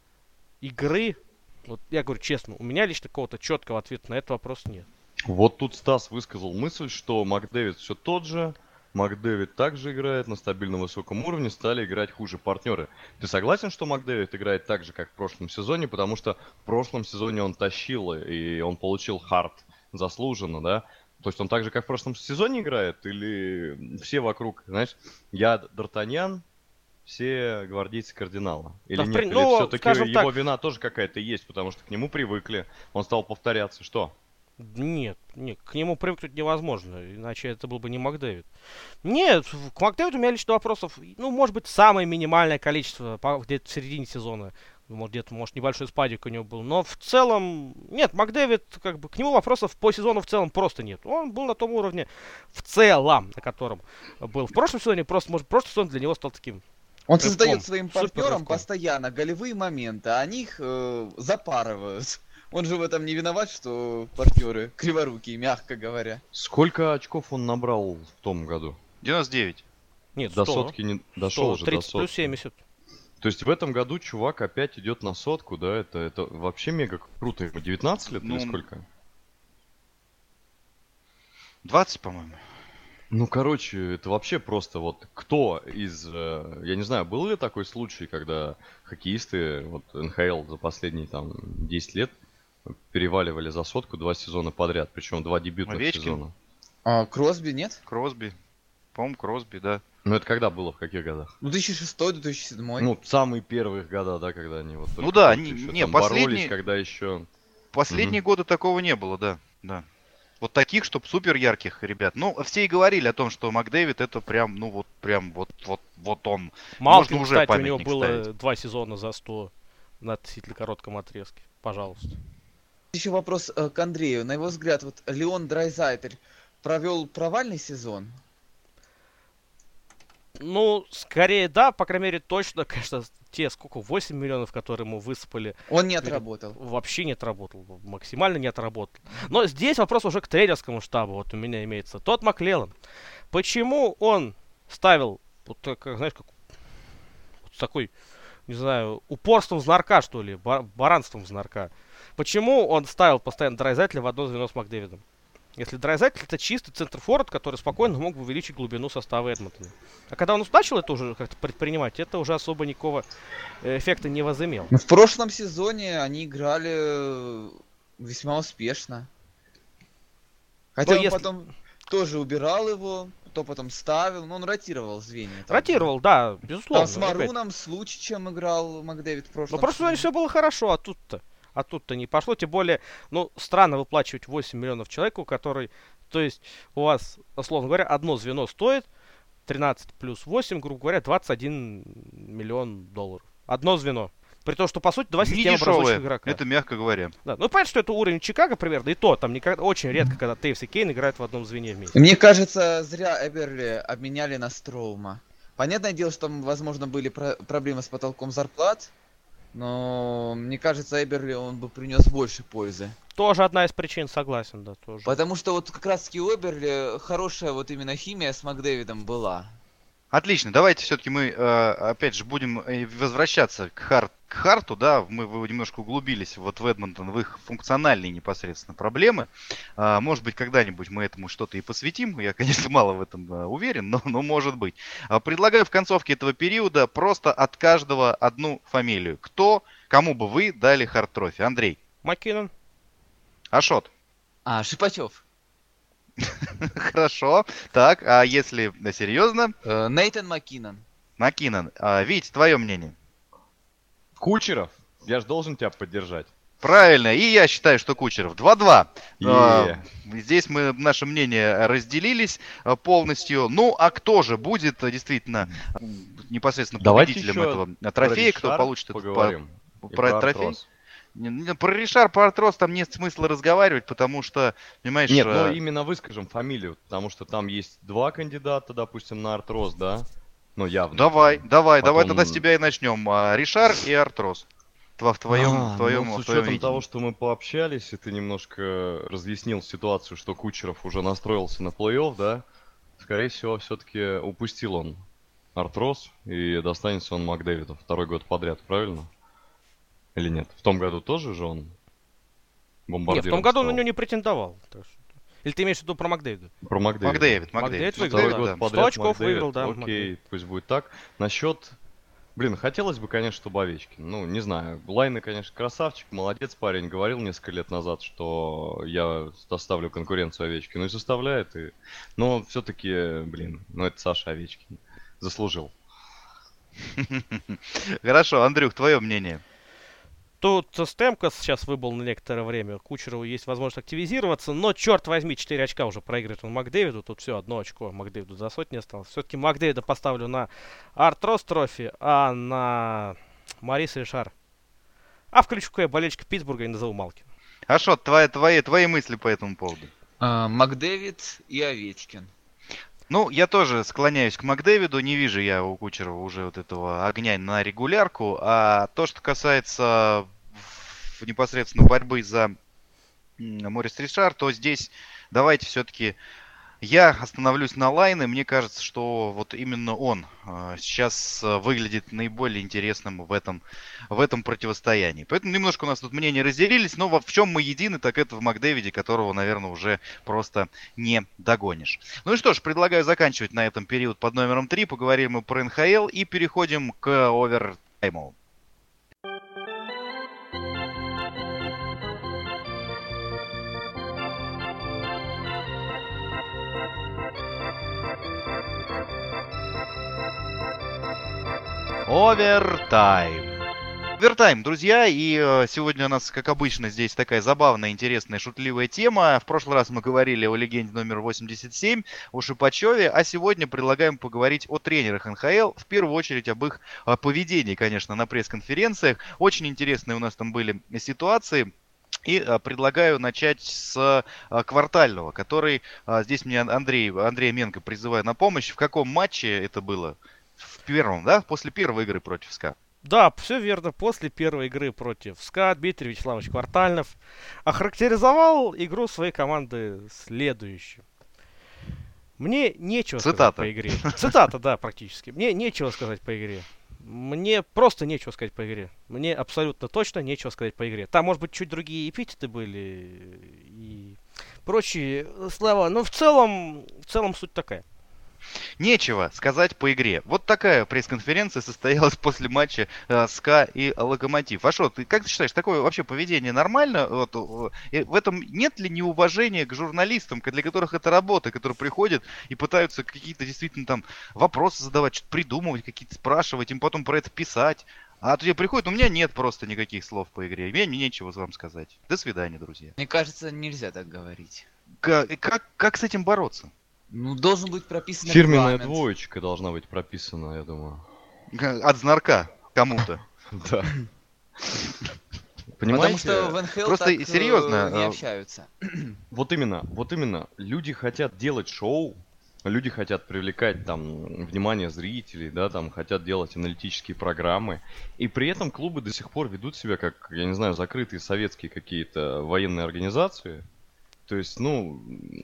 игры, вот я говорю честно, у меня лично какого-то четкого ответа на этот вопрос нет. Вот тут Стас высказал мысль, что МакДэвид все тот же. МакДэвид также играет на стабильном высоком уровне, стали играть хуже партнеры. Ты согласен, что МакДэвид играет так же, как в прошлом сезоне? Потому что в прошлом сезоне он тащил, и он получил хард. Заслуженно, да? То есть он так же, как в прошлом сезоне играет? Или все вокруг, знаешь, я Д'Артаньян, все гвардейцы кардинала? Или да, нет? при... Или ну, все-таки его так... вина тоже какая-то есть, потому что к нему привыкли, он стал повторяться. Что? Нет, нет, к нему привыкнуть невозможно, иначе это был бы не МакДэвид. Нет, к МакДэвиду у меня лично вопросов, ну, может быть, самое минимальное количество, где-то в середине сезона. Может, где-то, может, небольшой спадик у него был. Но в целом, нет, МакДэвид, как бы, к нему вопросов по сезону в целом просто нет. Он был на том уровне в целом, на котором был в прошлом сезоне. Просто, может, прошлый сезон для него стал таким. Он рывком, создает своим партнерам постоянно голевые моменты, а они их э, запарывают. Он же в этом не виноват, что партнеры криворукие, мягко говоря. Сколько очков он набрал в том году? девяносто девять. Нет, до сотки не дошел же, до сотки. плюс семьдесят. То есть в этом году чувак опять идет на сотку, да? Это, это вообще мега круто. Ему девятнадцать лет ну, или сколько? двадцать, по-моему. Ну, короче, это вообще просто вот кто из... Я не знаю, был ли такой случай, когда хоккеисты, вот эн ха эл за последние там десять лет переваливали за сотку два сезона подряд, причем два дебютных Овечкин. сезона. А Кросби нет? Кросби. По-моему, Кросби, да. Ну, это когда было, в каких годах? две тысячи шестой - две тысячи седьмой. Ну, самые первые года, да, когда они вот... Ну да, не, не последние... боролись, когда еще... Последние угу. годы такого не было, да, да. Вот таких, чтоб супер ярких ребят. Ну, все и говорили о том, что МакДэвид это прям, ну вот, прям вот, вот, вот он. Малкин, уже кстати, у него было ставить. Два сезона за сто на относительно коротком отрезке. Пожалуйста. Еще вопрос э, к Андрею. На его взгляд, вот Леон Драйзайтель провел провальный сезон? Ну, скорее да, по крайней мере, точно, конечно, те, сколько, восемь миллионов, которые ему высыпали. Он не отработал. Вообще не отработал, максимально не отработал. Но здесь вопрос уже к тренерскому штабу, вот у меня имеется. Тот Маклеллан. Почему он ставил вот как, знаешь, как вот с такой, не знаю, упорством знарка, что ли, бар, баранством знарка. Почему он ставил постоянно Драйзайтля в одно звено с Макдэвидом? Если Драйзайтель это чистый центр-форвард, который спокойно мог бы увеличить глубину состава Эдмонтона. А когда он начал это уже как-то предпринимать, это уже особо никакого эффекта не возымел. Ну, в прошлом сезоне они играли весьма успешно. Хотя Но он если... потом тоже убирал его, то потом ставил, но он ротировал звенья. Ротировал, да, безусловно. Там с Маруном, с Лучичем играл Макдэвид в прошлом. Ну просто сезоне все было хорошо, а тут-то. А тут-то не пошло, тем более, ну, странно выплачивать восемь миллионов человеку, который, то есть, у вас, условно говоря, одно звено стоит тринадцать плюс восемь, грубо говоря, двадцать один миллион долларов. Одно звено. При том, что, по сути, два системы образующих игрока. Это мягко говоря. Да. Ну, понятно, что это уровень Чикаго, примерно, и то, там никогда, очень редко, когда Тейвс и Кейн играют в одном звене вместе. Мне кажется, зря Эберли обменяли на Строума. Понятное дело, что там, возможно, были про- проблемы с потолком зарплат, но мне кажется, Эберли он бы принес больше пользы. Тоже одна из причин, согласен, да, тоже. Потому что вот как раз таки у Эберли хорошая вот именно химия с Макдэвидом была. Отлично, давайте все-таки мы, э, опять же, будем э, возвращаться к, Харт, к Харту, да, мы вы немножко углубились вот в Эдмонтон, в их функциональные непосредственно проблемы. Э, может быть, когда-нибудь мы этому что-то и посвятим, я, конечно, мало в этом э, уверен, но, но может быть. Э, предлагаю в концовке этого периода просто от каждого одну фамилию. Кто, кому бы вы дали Харт-трофи? Андрей. Маккинон. Ашот. А, Шипачев. Хорошо. Так, а если да, серьезно? Э, Нейтан Маккинон. Маккинон. А, Вить, твое мнение? Кучеров, я же должен тебя поддержать. Правильно, и я считаю, что Кучеров. два-два. Е. А, здесь мы, наше мнение разделились а, полностью. Ну, а кто же будет а, действительно а, непосредственно Давайте победителем еще этого трофея, про кто Ришар получит этот поговорим. по- И про про трофей? Артрос. Не, не, Про Ришар, про Артрос там нет смысла разговаривать, потому что, понимаешь... Нет, а, ну именно выскажем фамилию, потому что там есть два кандидата, допустим, на Артрос, да? Ну, явно. Давай, давай, Потом- давай тогда с тебя и начнем. А, Ришар и Артрос. Тва- В твоем, А, в твоем, ну, в с твоем учетом видении. того, что мы пообщались, и ты немножко разъяснил ситуацию, что Кучеров уже настроился на плей-офф, да? Скорее всего, все-таки упустил он Артрос, и достанется он Макдэвиду второй год подряд, правильно? Или нет? В том году тоже же он Нет, бомбардиром в том году он стал? на него не претендовал. так что- Или ты имеешь в виду про Макдэвида? Про Макдэвида. Макдэвид, Макдэвид Макдэвид. выиграл, Второй да. год да. подряд сто очков Макдэвид. выиграл, да, Окей, Макдэвид. пусть будет так. Насчет... Блин, хотелось бы, конечно, чтобы Овечкин. Ну, не знаю. Лайны, конечно, красавчик, молодец парень. Говорил несколько лет назад, что я составлю конкуренцию Овечкину. И составляет. И... Но все-таки, блин, ну это Саша Овечкин. Заслужил. Хорошо, Андрюх, твое мнение. Тут Стемкос сейчас выбыл на некоторое время. Кучерову есть возможность активизироваться, но, черт возьми, четыре очка уже проигрывает он Макдэвиду. Тут все, одно очко Макдэвиду за сотни осталось. Все-таки Макдэвида поставлю на Артрос трофи, а на Марис Ришар. А включу-ка я болельщика Питтсбурга и назову Малкина. Ашот, твои, твои, твои мысли по этому поводу? А, Макдэвид и Овечкин. Ну, я тоже склоняюсь к Макдэвиду, не вижу я у Кучерова уже вот этого огня на регулярку, а то, что касается в- непосредственно борьбы за м, Морис Ришар, то здесь давайте все-таки я остановлюсь на Лайне, мне кажется, что вот именно он э, сейчас э, выглядит наиболее интересным в этом, в этом противостоянии. Поэтому немножко у нас тут мнения разделились, но во- в чем мы едины, так это в Макдэвиде, которого, наверное, уже просто не догонишь. Ну и что ж, предлагаю заканчивать на этом период под номером три. Поговорим мы про эн ха эл и переходим к овертайму. Овертайм. Овертайм, друзья, и э, сегодня у нас, как обычно, здесь такая забавная, интересная, шутливая тема. В прошлый раз мы говорили о легенде номер восемьдесят семь, о Шипачеве, а сегодня предлагаем поговорить о тренерах эн ха эл, в первую очередь об их э, поведении, конечно, на пресс-конференциях. Очень интересные у нас там были ситуации. И а, предлагаю начать с а, Квартального, который, а, здесь мне Андрей, Андрей Менко призываю на помощь. В каком матче это было? В первом, да? После первой игры против СКА. Да, все верно. После первой игры против СКА Дмитрий Вячеславович Квартальнов охарактеризовал игру своей команды следующим. Мне нечего Цитата. сказать по игре. Цитата, да, практически. Мне нечего сказать по игре. Мне просто нечего сказать по игре. Мне абсолютно точно нечего сказать по игре. Там, может быть, чуть другие эпитеты были и прочие слова, но в целом, в целом суть такая. Нечего сказать по игре. Вот такая пресс-конференция состоялась после матча э, СКА и Локомотив. А что, ты как ты считаешь, такое вообще поведение нормально? Вот, э, в этом нет ли неуважения к журналистам, для которых это работа, которые приходят и пытаются какие-то действительно там вопросы задавать, что-то придумывать, какие-то спрашивать, им потом про это писать? А тебе приходит, у меня нет просто никаких слов по игре, мне нечего вам сказать. До свидания, друзья. Мне кажется, нельзя так говорить. Как, как, как с этим бороться? Ну, должен быть прописан Фирменная регламент. двоечка должна быть прописана, я думаю. От знарка кому-то. Да. Потому Понимаете? что в эн ха эл Просто так, э, серьезно, не а- общаются. Вот именно, вот именно. Люди хотят делать шоу, люди хотят привлекать там внимание зрителей, да, там хотят делать аналитические программы, и при этом клубы до сих пор ведут себя как, я не знаю, закрытые советские какие-то военные организации. То есть, ну,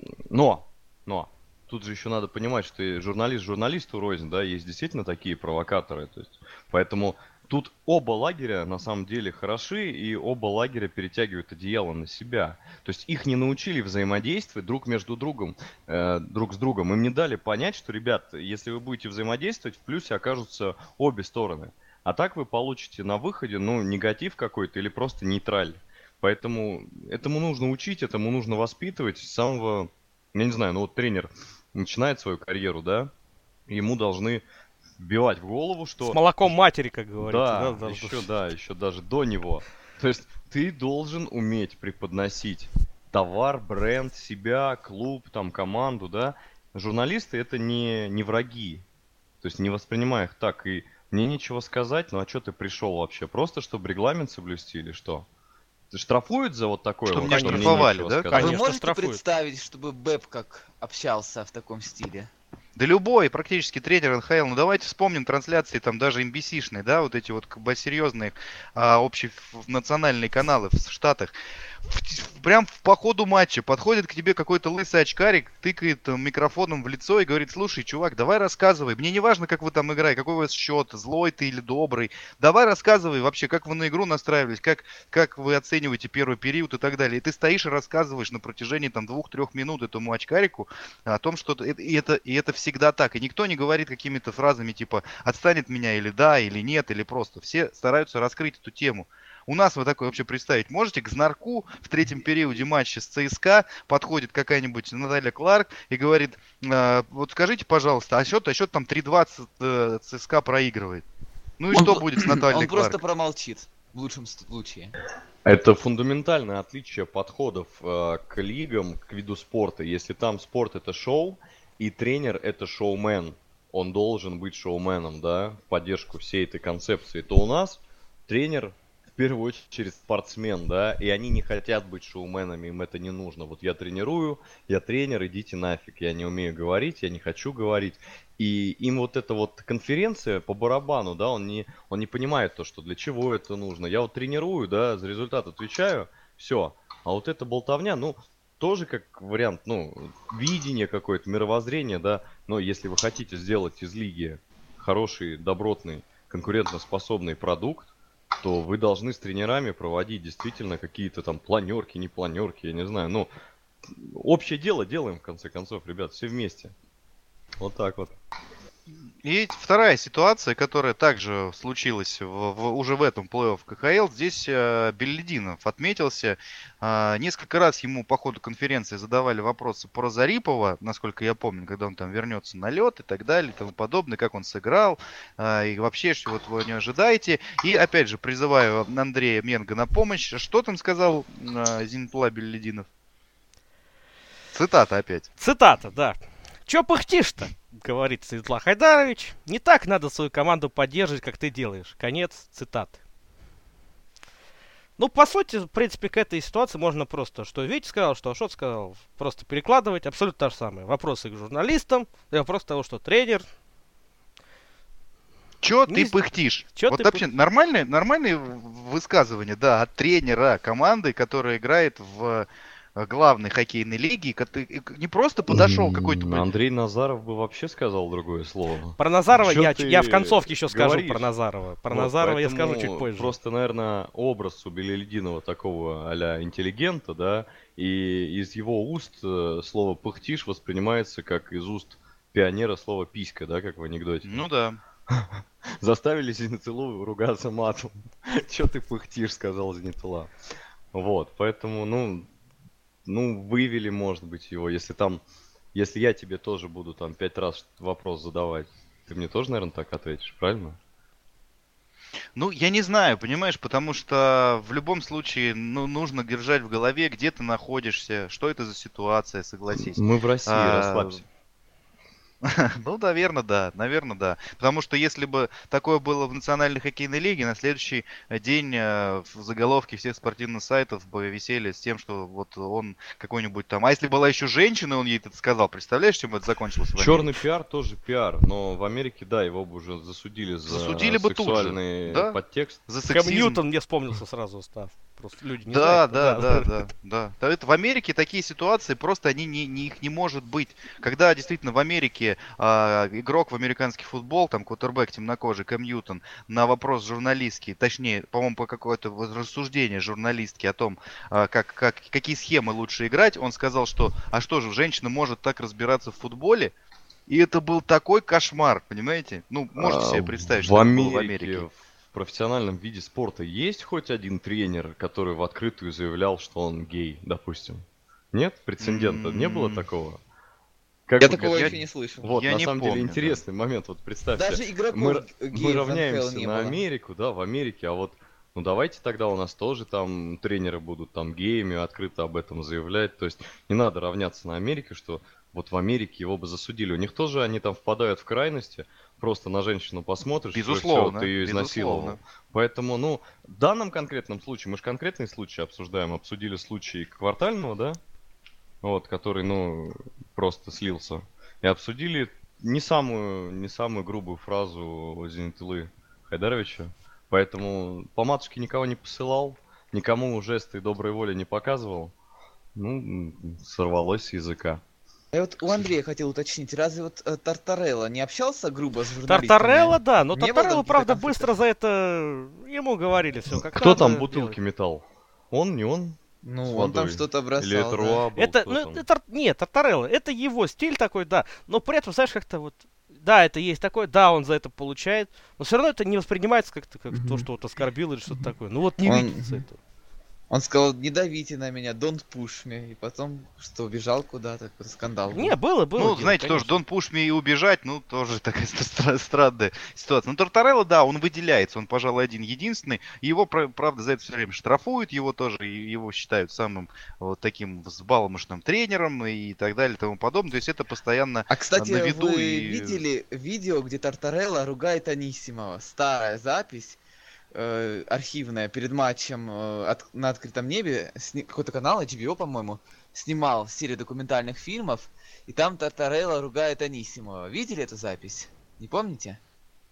но, но, тут же еще надо понимать, что и журналист журналисту рознь, да, есть действительно такие провокаторы, то есть, поэтому тут оба лагеря на самом деле хороши, и оба лагеря перетягивают одеяло на себя. То есть их не научили взаимодействовать друг между другом, э, друг с другом. Им не дали понять, что, ребят, если вы будете взаимодействовать, в плюсе окажутся обе стороны. А так вы получите на выходе, ну, негатив какой-то или просто нейтраль. Поэтому этому нужно учить, этому нужно воспитывать с самого, я не знаю, ну вот тренер начинает свою карьеру, да, ему должны вбивать в голову, что... С молоком матери, как говорится. Да, еще, да, еще даже до него. То есть ты должен уметь преподносить товар, бренд, себя, клуб, там, команду, да. Журналисты это не, не враги. То есть не воспринимай их так. И мне нечего сказать, ну а что ты пришел вообще? Просто чтобы регламент соблюсти или что? Штрафуют за вот такое? Чтобы вот, меня что мне штрафовали, нечего да? сказать? А вы Конечно, можете штрафуют. представить, чтобы Бэб как общался в таком стиле? Да любой практически тренер эн ха эл. Ну давайте вспомним трансляции там даже эм би си-шные, да, вот эти вот как бы серьезные а, общенациональные каналы в Штатах. В- Прям по ходу матча подходит к тебе какой-то лысый очкарик, тыкает э, микрофоном в лицо и говорит: слушай, чувак, давай рассказывай. Мне не важно, как вы там играете, какой у вас счет, злой ты или добрый. Давай рассказывай вообще, как вы на игру настраивались, как, как вы оцениваете первый период и так далее. И ты стоишь и рассказываешь на протяжении там двух-трех минут этому очкарику о том, что это, и это, и это всегда так. И никто не говорит какими-то фразами типа «отстанет меня» или «да», или «нет», или просто. Все стараются раскрыть эту тему. У нас вы такое вообще представить можете? К Знарку в третьем периоде матча с ЦСКА подходит какая-нибудь Наталья Кларк и говорит: «Э, вот скажите, пожалуйста, а счет, а счет там три-два ц- э, ЦСКА проигрывает. Ну и Он что про- будет с Натальей Он Кларк? просто промолчит, в лучшем случае. Это фундаментальное отличие подходов э, к лигам, к виду спорта. Если там спорт это шоу, и тренер это шоумен, он должен быть шоуменом, да, в поддержку всей этой концепции, то у нас тренер в первую очередь спортсмен, да, и они не хотят быть шоуменами, им это не нужно. Вот я тренирую, я тренер, идите нафиг, я не умею говорить, я не хочу говорить. И им вот эта вот конференция по барабану, да, он не, он не понимает то, что для чего это нужно. Я вот тренирую, да, за результат отвечаю, все. А вот эта болтовня, ну, тоже как вариант, ну, видение какое-то, мировоззрение, да. Но если вы хотите сделать из лиги хороший, добротный, конкурентоспособный продукт, то вы должны с тренерами проводить действительно какие-то там планерки, не планерки, я не знаю. Ну, общее дело делаем, в конце концов, ребят, все вместе. Вот так вот. И вторая ситуация, которая также случилась в, в- уже в этом плей-офф ка ха эл, здесь э, Беллидинов отметился. Э, несколько раз ему по ходу конференции задавали вопросы про Зарипова, насколько я помню, когда он там вернется на лед и так далее, и тому подобное, как он сыграл, э, и вообще, что вот вы не ожидаете. И опять же призываю Андрея Менга на помощь. Что там сказал э, Зинатулла Беллидинов? Цитата опять. Цитата, да. Чё пыхтишь-то? Говорит Светлана Хайдарович. Не так надо свою команду поддерживать, как ты делаешь. Конец цитаты. Ну, по сути, в принципе, к этой ситуации можно просто, что Витя сказал, что Ашот сказал, просто перекладывать абсолютно то же самое. Вопросы к журналистам, и вопрос того, что тренер. Чё Не ты з- пыхтишь? чё Вот ты вообще нормальное, нормальное в- высказывание, да, от тренера команды, которая играет в, э, главной хоккейной лиги, не просто подошел какой-то... Андрей Назаров бы вообще сказал другое слово. Про Назарова я, я в концовке еще скажу говоришь? про Назарова. Про вот, Назарова я скажу чуть позже. Просто, наверное, образ у Белелединова такого а-ля интеллигента, да, и из его уст слово «пыхтишь» воспринимается как из уст пионера слово «писька», да, как в анекдоте. Ну да. Заставили Зенитылу ругаться матом. Че ты пыхтишь, сказал Зенитула. Вот, поэтому, ну... Ну, вывели, может быть, его. Если там, если я тебе тоже буду там пять раз вопрос задавать, ты мне тоже, наверное, так ответишь, правильно? Ну, я не знаю, понимаешь, потому что в любом случае, ну, нужно держать в голове, где ты находишься, что это за ситуация, согласись. Мы в России, а... расслабься. Ну, наверное, да, наверное, да. Потому что если бы такое было в Национальной хоккейной лиге, на следующий день в заголовке всех спортивных сайтов бы висели с тем, что вот он какой-нибудь там... А если была еще женщина, он ей это сказал, представляешь, чем это закончилось? Черный пиар тоже пиар, но в Америке, да, его бы уже засудили за засудили бы сексуальный да? подтекст. За сексизм. Кэм Ньютон мне вспомнился сразу, Став. Просто люди не да, знают. Да, да, да, да, да. Это в Америке такие ситуации, просто они не, не, их не может быть. Когда действительно в Америке э, игрок в американский футбол, там квотербек темнокожий, Кэм Ньютон, на вопрос журналистский, точнее, по-моему, по какое-то рассуждение журналистки о том, э, как, как, какие схемы лучше играть, он сказал, что, а что же, женщина может так разбираться в футболе? И это был такой кошмар, понимаете? Ну, можете себе представить, что в это Америке, было в Америке. В профессиональном виде спорта есть хоть один тренер, который в открытую заявлял, что он гей, допустим? Нет? Прецедента mm-hmm. не было такого? Как я такого еще не слышал. Вот, я на не самом помню, деле интересный да. момент. Вот представьте, даже игроков мы, мы геев равняемся не на было. Америку, да, в Америке, а вот ну давайте тогда у нас тоже там тренеры будут там геями, открыто об этом заявлять. То есть не надо равняться на Америке, что вот в Америке его бы засудили. У них тоже они там впадают в крайности. Просто на женщину посмотришь, безусловно, и все, ты ее изнасиловал. Безусловно. Поэтому, ну, в данном конкретном случае, мы же конкретный случай обсуждаем, обсудили случай Квартального, да? Вот, который, ну, просто слился. И обсудили не самую, не самую грубую фразу Зенитылы Хайдаровича. Поэтому по матушке никого не посылал, никому жесты доброй воли не показывал. Ну, сорвалось с языка. Я вот у Андрея хотел уточнить, разве вот э, Тартарелла не общался грубо с журналистами? Тартарелла, да, но Тартарелла, правда, быстро за это ему говорили все как Кто надо там бутылки делать. метал? Он, не он? Ну, он там что-то бросал. Или это Руа был? Это, ну, это, нет, Тартарелла, это его стиль такой, да, но при этом, знаешь, как-то вот, да, это есть такое, да, он за это получает, но все равно это не воспринимается как-то как mm-hmm. то, что вот оскорбил или что-то такое. Ну вот не он... видится это. Он сказал, не давите на меня, don't push me. И потом, что, убежал куда-то, какой-то скандал был. Не, было, было. Ну, дело, знаете, конечно. тоже don't push me и убежать, ну, тоже такая стра- странная ситуация. Но Тартарелла, да, он выделяется, он, пожалуй, один единственный. Его, правда, за это все время штрафуют, его тоже, его считают самым вот таким взбалмошным тренером и так далее и тому подобное. То есть это постоянно а, кстати, на виду. вы и... видели видео, где Тартарелла ругает Анисимова? Старая запись. Э, архивная перед матчем э, от, на открытом небе сни, какой-то канал эйч би о, по-моему, снимал серию документальных фильмов, и там Тартарелла ругает Анисимова. Видели эту запись? Не помните?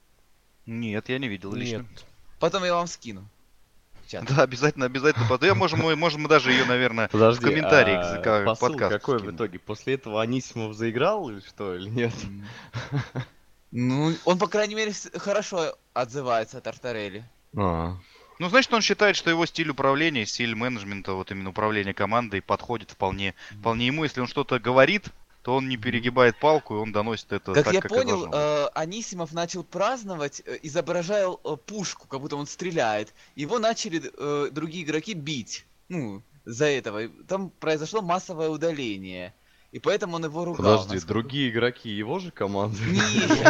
Нет, я не видел лично. Нет. Потом я вам скину. Да, обязательно, обязательно. Потом. Я можем, мы, можем мы даже ее, наверное, Подожди, в комментариях а к посыл подкасту какой скинем. в итоге? После этого Анисимов заиграл или что, или нет? Ну, он, по крайней мере, хорошо отзывается о Тартарелле. А. Ну, значит, он считает, что его стиль управления, стиль менеджмента, вот именно управления командой подходит вполне, вполне ему. Если он что-то говорит, то он не перегибает палку, и он доносит это как так, я как понял, и должно э, Анисимов начал праздновать, э, изображая э, пушку, как будто он стреляет. Его начали э, другие игроки бить. Ну, за этого. Там произошло массовое удаление. И поэтому он его ругал. Подожди, насколько... другие игроки его же команды? Нет.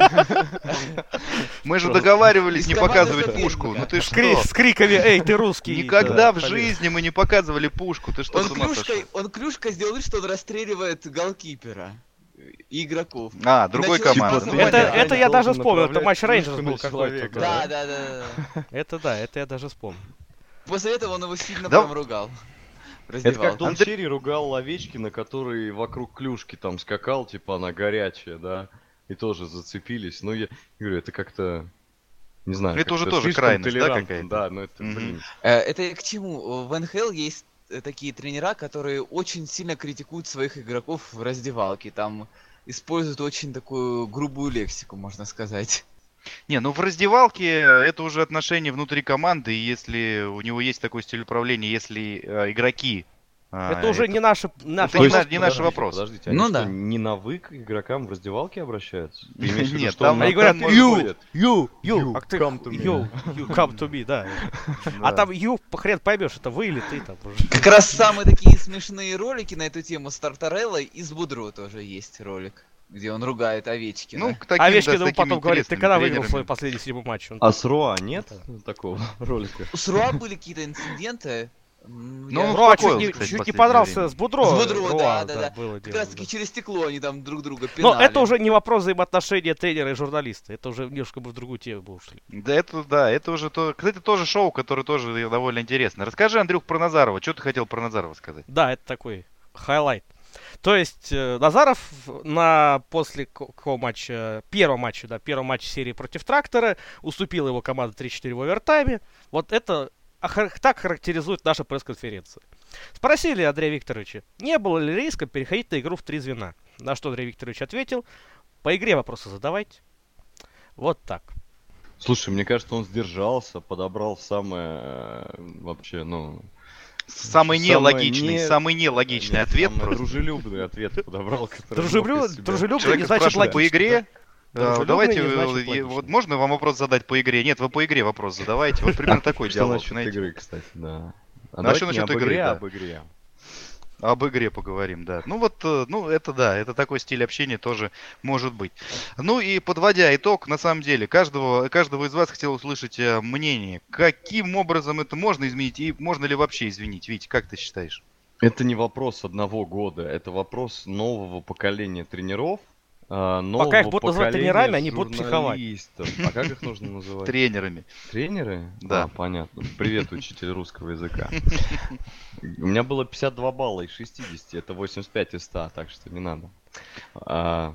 Мы же договаривались не показывать пушку. Ну ты что? С криками «Эй, ты русский!» Никогда в жизни мы не показывали пушку. Ты что, с ума сошел? Он клюшкой сделал вид, что он расстреливает голкипера и игроков. А, другой команды. Это, это я даже вспомнил, это матч Рейнджерс был какой-то. Да, да, да. Это да, это я даже вспомнил. После этого он его сильно прям ругал. Это как Дон Черри ругал Овечкина, который вокруг клюшки там скакал, типа она горячая, да, и тоже зацепились. Ну, я говорю, это как-то, не знаю, это уже тоже крайность, да, какая-то? Да, ну это, mm-hmm. блин. Это к чему? В эн ха эл есть э, такие тренера, которые очень сильно критикуют своих игроков в раздевалке. Там используют очень такую грубую лексику, можно сказать. Не, ну в раздевалке это уже отношения внутри команды, и если у него есть такой стиль управления, если э, игроки... э, Это уже не наши, наш это не, вопрос. на- не наш Подождите, вопрос. Подождите, они Ну что, да. не на вы к игрокам в раздевалке обращаются? Ты имеешь в виду, Нет, что там- он на Они говорят, «ты» you, может you, you, You, а ты, come to me. you, you, come to me, да. А там you, хрен поймешь, это вы или ты там уже. Как раз самые такие смешные ролики на эту тему с Тартареллой и с Будро тоже есть ролик, где он ругает Овечкина. Ну, к таким, Овечкин да, с ему такими потом говорит, ты интересными когда выиграл тренерами. свой последний седьмой матч? Он А так, с Руа нет такого ролика? У Сруа были какие-то инциденты. м, Ну, я- он Руа чуть успокоился, не, кстати, чуть не последнее подрался время. с Будро. С Будро, Руа, да, да, да. было Как дело, раз да. таки через стекло они там друг друга пинали. Но это уже не вопрос взаимоотношения тренера и журналиста. Это уже немножко бы в другую тему бы ушли. Да, это, да, это уже то... Кстати, тоже шоу, которое тоже довольно интересно. Расскажи, Андрюх, про Назарова. Что ты хотел про Назарова сказать? Да, это такой хайлайт. То есть э, Назаров на после ко- какого матча, первого матча, да, первого матча серии против Трактора уступила его команда три-четыре в овертайме. Вот это охар- так характеризует наша пресс-конференция. Спросили Андрея Викторовича, не было ли риска переходить на игру в три звена. На что Андрей Викторович ответил, по игре вопросы задавайте. Вот так. Слушай, мне кажется, он сдержался, подобрал самое э, вообще, ну... Самый Самое нелогичный, не- самый нелогичный Нет, ответ самый просто. дружелюбный ответ подобрал, который Дружелюб- мог из себя- дружелюбный Человека не значит спрашивают по логично, игре. да. Да, Дружелюбный давайте, не значит э, е- логично. вот можно вам вопрос задать по игре? Нет, вы по игре вопрос задавайте. Вот примерно такой Что диалог, насчет знаете. игры, кстати, да. А давайте что не насчет об игры, игре, да. а об игре. Об игре поговорим, да. Ну вот, э, ну это да, это такой стиль общения тоже может быть. Ну и подводя итог, на самом деле, каждого, каждого из вас хотел услышать э, мнение. Каким образом это можно изменить и можно ли вообще изменить? Витя, как ты считаешь? Это не вопрос одного года, это вопрос нового поколения тренеров, а, нового Пока их будут называть поколения тренерами, они будут психовать. журналистов. А как их нужно называть? Тренерами. Тренеры? Да. А, понятно. Привет, учитель русского языка. У меня было пятьдесят два балла из шестидесяти, это восемьдесят пять из ста, так что не надо. А,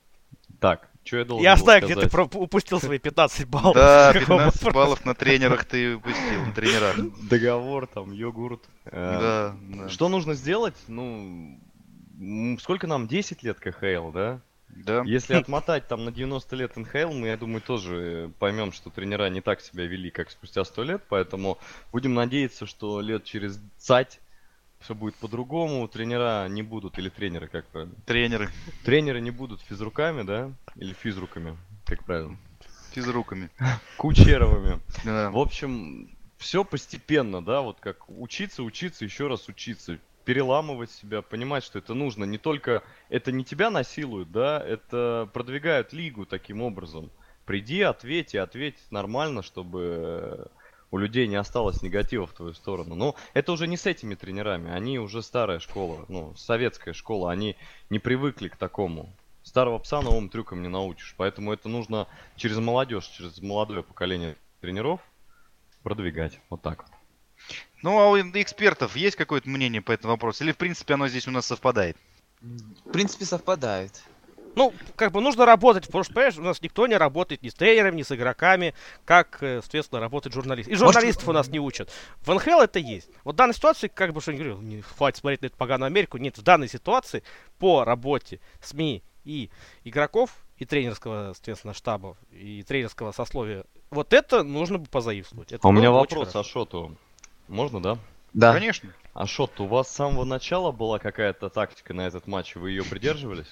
так, что я должен Я был знаю, где сказать? ты про- упустил свои пятнадцать баллов. Да, Какого пятнадцать вопроса? баллов на тренерах ты упустил, на тренерах. Договор, там, йогурт. Э, Да, да. Что нужно сделать? Ну, м, сколько нам? десять лет ка ха эл, да? Да. Если отмотать там на девяносто лет эн ха эл, мы, я думаю, тоже поймем, что тренера не так себя вели, как спустя сто лет, поэтому будем надеяться, что лет через цать все будет по-другому, тренера не будут, или тренеры, как правильно? Тренеры Тренеры не будут физруками, да? Или физруками, как правильно? физруками. Кучеровыми. Да. В общем, все постепенно, да, вот как учиться, учиться, еще раз учиться, переламывать себя, понимать, что это нужно. Не только, это не тебя насилуют, да, это продвигают лигу таким образом. Приди, ответь и ответь нормально, чтобы у людей не осталось негатива в твою сторону. Но это уже не с этими тренерами, они уже старая школа, ну, советская школа, они не привыкли к такому. Старого пса новым трюкам не научишь, поэтому это нужно через молодежь, через молодое поколение тренеров продвигать. Вот так вот. Ну, а у экспертов есть какое-то мнение по этому вопросу? Или, в принципе, оно здесь у нас совпадает? В принципе, совпадает. Ну, как бы нужно работать, потому что, понимаешь, у нас никто не работает ни с тренерами, ни с игроками, как, э, соответственно, работает журналист. И журналистов у нас не учат. В эн ха эл это есть. Вот в данной ситуации, как бы что я не говорил, не хватит смотреть на эту поганую Америку. Нет, в данной ситуации по работе СМИ и игроков, и тренерского, соответственно, штаба, и тренерского сословия, вот это нужно бы позаимствовать. Это А у меня было бы очень вопрос хорошо. Ашоту. Можно, да? Да. Конечно. Ашот, у вас с самого начала была какая-то тактика на этот матч, вы ее придерживались?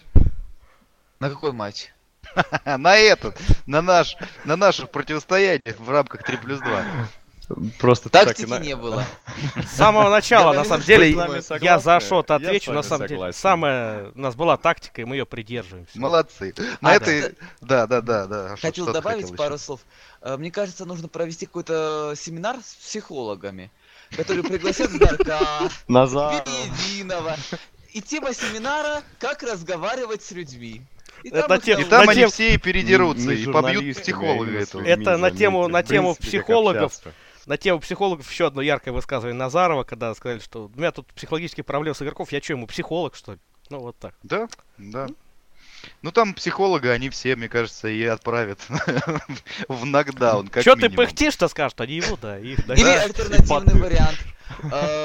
На какой матч? На этот, на наш, на наше противостояние в рамках три плюс два. Просто Тактики не было. С самого начала, Я на самом с деле, вами я согласны. за Ашота Я отвечу, с вами на самом деле, согласен. самая, у нас была тактика, и мы ее придерживаемся. Молодцы. На А, этой... Да, да, да, да. А что- Хотел что ты добавить хотел пару еще? слов. Э, Мне кажется, нужно провести какой-то семинар с психологами, которые пригласят Здарка, Назад. Единого. И тема семинара «Как разговаривать с людьми». И Это там их тем- И научат. там на они тем- все и передерутся, Не и побьют журналистами, психолога а именно с этого. людьми, Это на тему- заметьте. на В тему принципе, как психологов. общаться. На тему психологов еще одно яркое высказывание Назарова, когда сказали, что у меня тут психологические проблемы с игроков, я что, ему психолог, что ли? Ну, вот так. Да, да. Ну там психолога они все, мне кажется, и отправят в нокдаун, как Че ты минимум. пыхтишь-то, скажут, они ему, да. Их, да. Или Да. альтернативный И вариант. Э,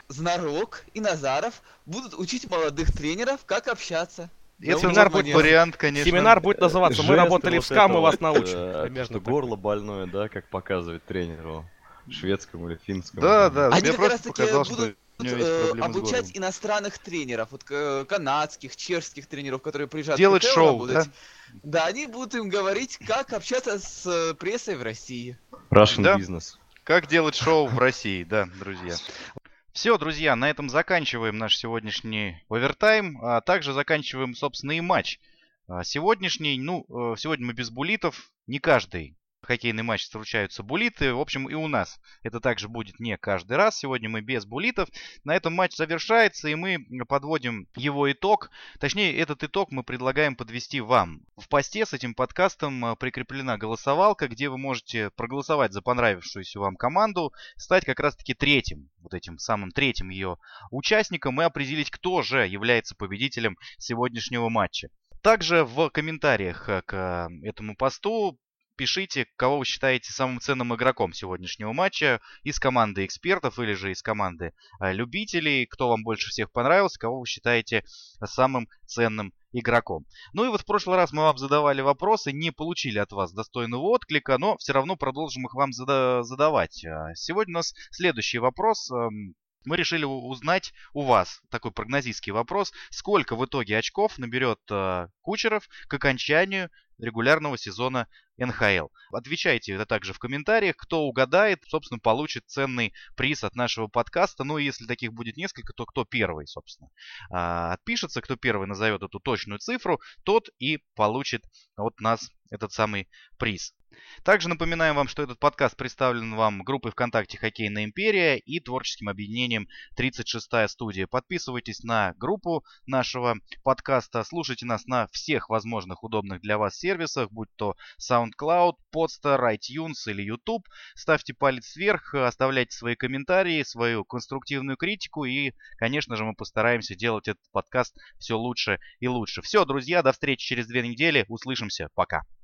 Знарок и Назаров будут учить молодых тренеров, как общаться. Это Семинар вот будет- вариант, конечно. Семинар будет называться «Мы Жесты работали вот в СКА, мы это вас вот, научим». э, Примерно что так. горло больное, да, как показывать тренеру. Шведскому или финскому. Да, там. да, Они мне как раз просто таки показалось, что будут у него есть э, проблемы с обучать горлом. иностранных тренеров, вот э, канадских, чешских тренеров, которые приезжают Делать в КХЛ шоу, да? работать. Да, они будут им говорить, как общаться с э, прессой в России. Russian Да. business. Как делать шоу в России, да, друзья. Все, друзья, на этом заканчиваем наш сегодняшний овертайм, а также заканчиваем, собственно, и матч. А, Сегодняшний, ну, э, сегодня мы без буллитов, не каждый хоккейный матч случаются буллиты, в общем, и у нас это также будет не каждый раз, сегодня мы без буллитов. На этом матч завершается, и мы подводим его итог, точнее, этот итог мы предлагаем подвести вам. В посте с этим подкастом э, прикреплена голосовалка, где вы можете проголосовать за понравившуюся вам команду, стать как раз-таки третьим, вот этим самым третьим ее участником и определить, кто же является победителем сегодняшнего матча. Также в комментариях э, к э, этому посту пишите, кого вы считаете самым ценным игроком сегодняшнего матча из команды экспертов или же из команды э, любителей, кто вам больше всех понравился, кого вы считаете самым ценным игроком. Ну и вот в прошлый раз мы вам задавали вопросы, не получили от вас достойного отклика, но все равно продолжим их вам зада- задавать. А Сегодня у нас следующий вопрос. эм, Мы решили у- узнать у вас такой прогнозистский вопрос, сколько в итоге очков наберет э, Кучеров к окончанию регулярного сезона эн ха эл. Отвечайте это также в комментариях. Кто угадает, собственно, получит ценный приз от нашего подкаста. Ну и если таких будет несколько, то кто первый, собственно, а, отпишется, кто первый назовет эту точную цифру, тот и получит от нас этот самый приз. Также напоминаем вам, что этот подкаст представлен вам группой ВКонтакте «Хоккейная империя» и творческим объединением тридцать шестая студия. Подписывайтесь на группу нашего подкаста, слушайте нас на всех возможных удобных для вас сервисах, будь то SoundCloud, Podster, iTunes или YouTube. Ставьте палец вверх, оставляйте свои комментарии, свою конструктивную критику и, конечно же, мы постараемся делать этот подкаст все лучше и лучше. Все, друзья, до встречи через две недели. Услышимся. Пока.